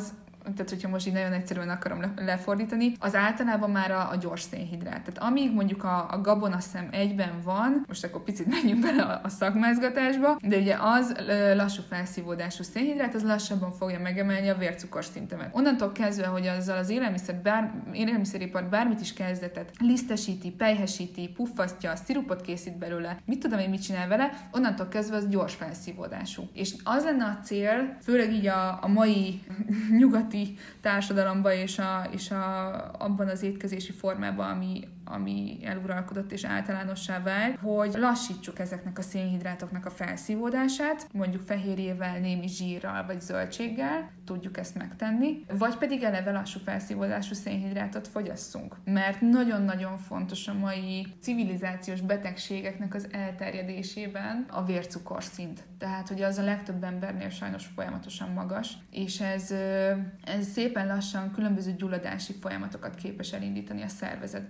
tehát hogyha most így nagyon egyszerűen akarom lefordítani, az általában már a gyors szénhidrát. Tehát amíg mondjuk a gabonaszem egyben van, most akkor picit menjünk bele a szakmázgatásba, de ugye az lassú felszívódású szénhidrát, az lassabban fogja megemelni a vércukorszintemet. Onnantól kezdve, hogy azzal az élelmiszeripar bármit is kezdetett, lisztesíti, pelyhesíti, puffasztja, szirupot készít belőle, mit tudom én, mit csinál vele, onnantól kezdve az gyors felszívódású. És az lenne a cél, főleg így a mai nyugati társadalomban és abban az étkezési formában, ami eluralkodott és általánossá vált, hogy lassítsuk ezeknek a szénhidrátoknak a felszívódását, mondjuk fehérjével, némi zsírral vagy zöldséggel tudjuk ezt megtenni, vagy pedig eleve lassú felszívódású szénhidrátot fogyasszunk. Mert nagyon-nagyon fontos a mai civilizációs betegségeknek az elterjedésében a vércukorszint. Tehát, hogy az a legtöbb embernél sajnos folyamatosan magas, és ez szépen lassan különböző gyulladási folyamatokat képes elindítani a szervezetben.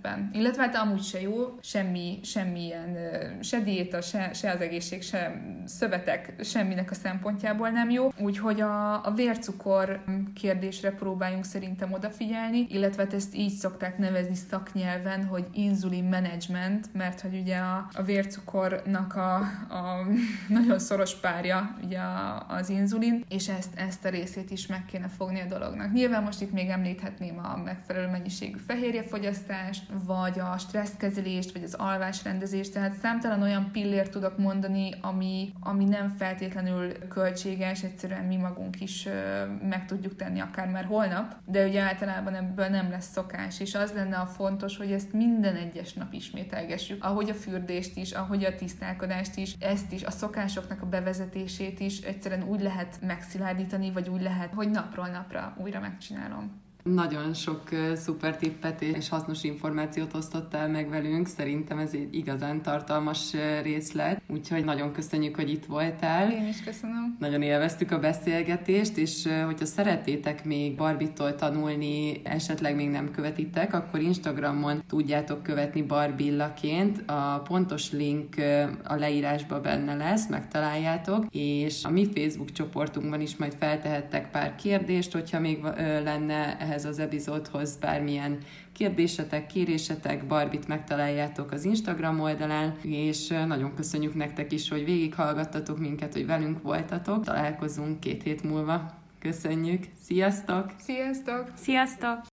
illetve hát amúgy se jó, semmilyen, se diéta, se az egészség, se szövetek, semminek a szempontjából nem jó. Úgyhogy a vércukor kérdésre próbáljunk szerintem odafigyelni, illetve ezt így szokták nevezni szaknyelven, hogy inzulin management, mert hogy ugye a vércukornak a nagyon szoros párja ugye az inzulin, és ezt a részét is meg kéne fogni a dolognak. Nyilván most itt még említhetném a megfelelő mennyiségű fehérjefogyasztást, vagy a stresszkezelést, vagy az alvásrendezést, tehát számtalan olyan pillért tudok mondani, ami nem feltétlenül költséges, egyszerűen mi magunk is meg tudjuk tenni akár már holnap, de ugye általában ebből nem lesz szokás, és az lenne a fontos, hogy ezt minden egyes nap ismételgessük, ahogy a fürdést is, ahogy a tisztálkodást is, ezt is, a szokásoknak a bevezetését is egyszerűen úgy lehet megszilárdítani, vagy úgy lehet, hogy napról napra újra megcsinálom. Nagyon sok szuper tippet és hasznos információt osztottál meg velünk, szerintem ez egy igazán tartalmas részlet, úgyhogy nagyon köszönjük, hogy itt voltál. Én is köszönöm. Nagyon élveztük a beszélgetést, és hogyha szeretnétek még Barbie-tól tanulni, esetleg még nem követitek, akkor Instagramon tudjátok követni Barbillaként. A pontos link a leírásban benne lesz, megtaláljátok, és a mi Facebook csoportunkban is majd feltehettek pár kérdést, hogyha még lenne ehhez az epizódhoz bármilyen kérdésetek, kérésetek, Barbit megtaláljátok az Instagram oldalán, és nagyon köszönjük nektek is, hogy végighallgattatok minket, hogy velünk voltatok. Találkozunk 2 hét múlva. Köszönjük! Sziasztok! Sziasztok! Sziasztok!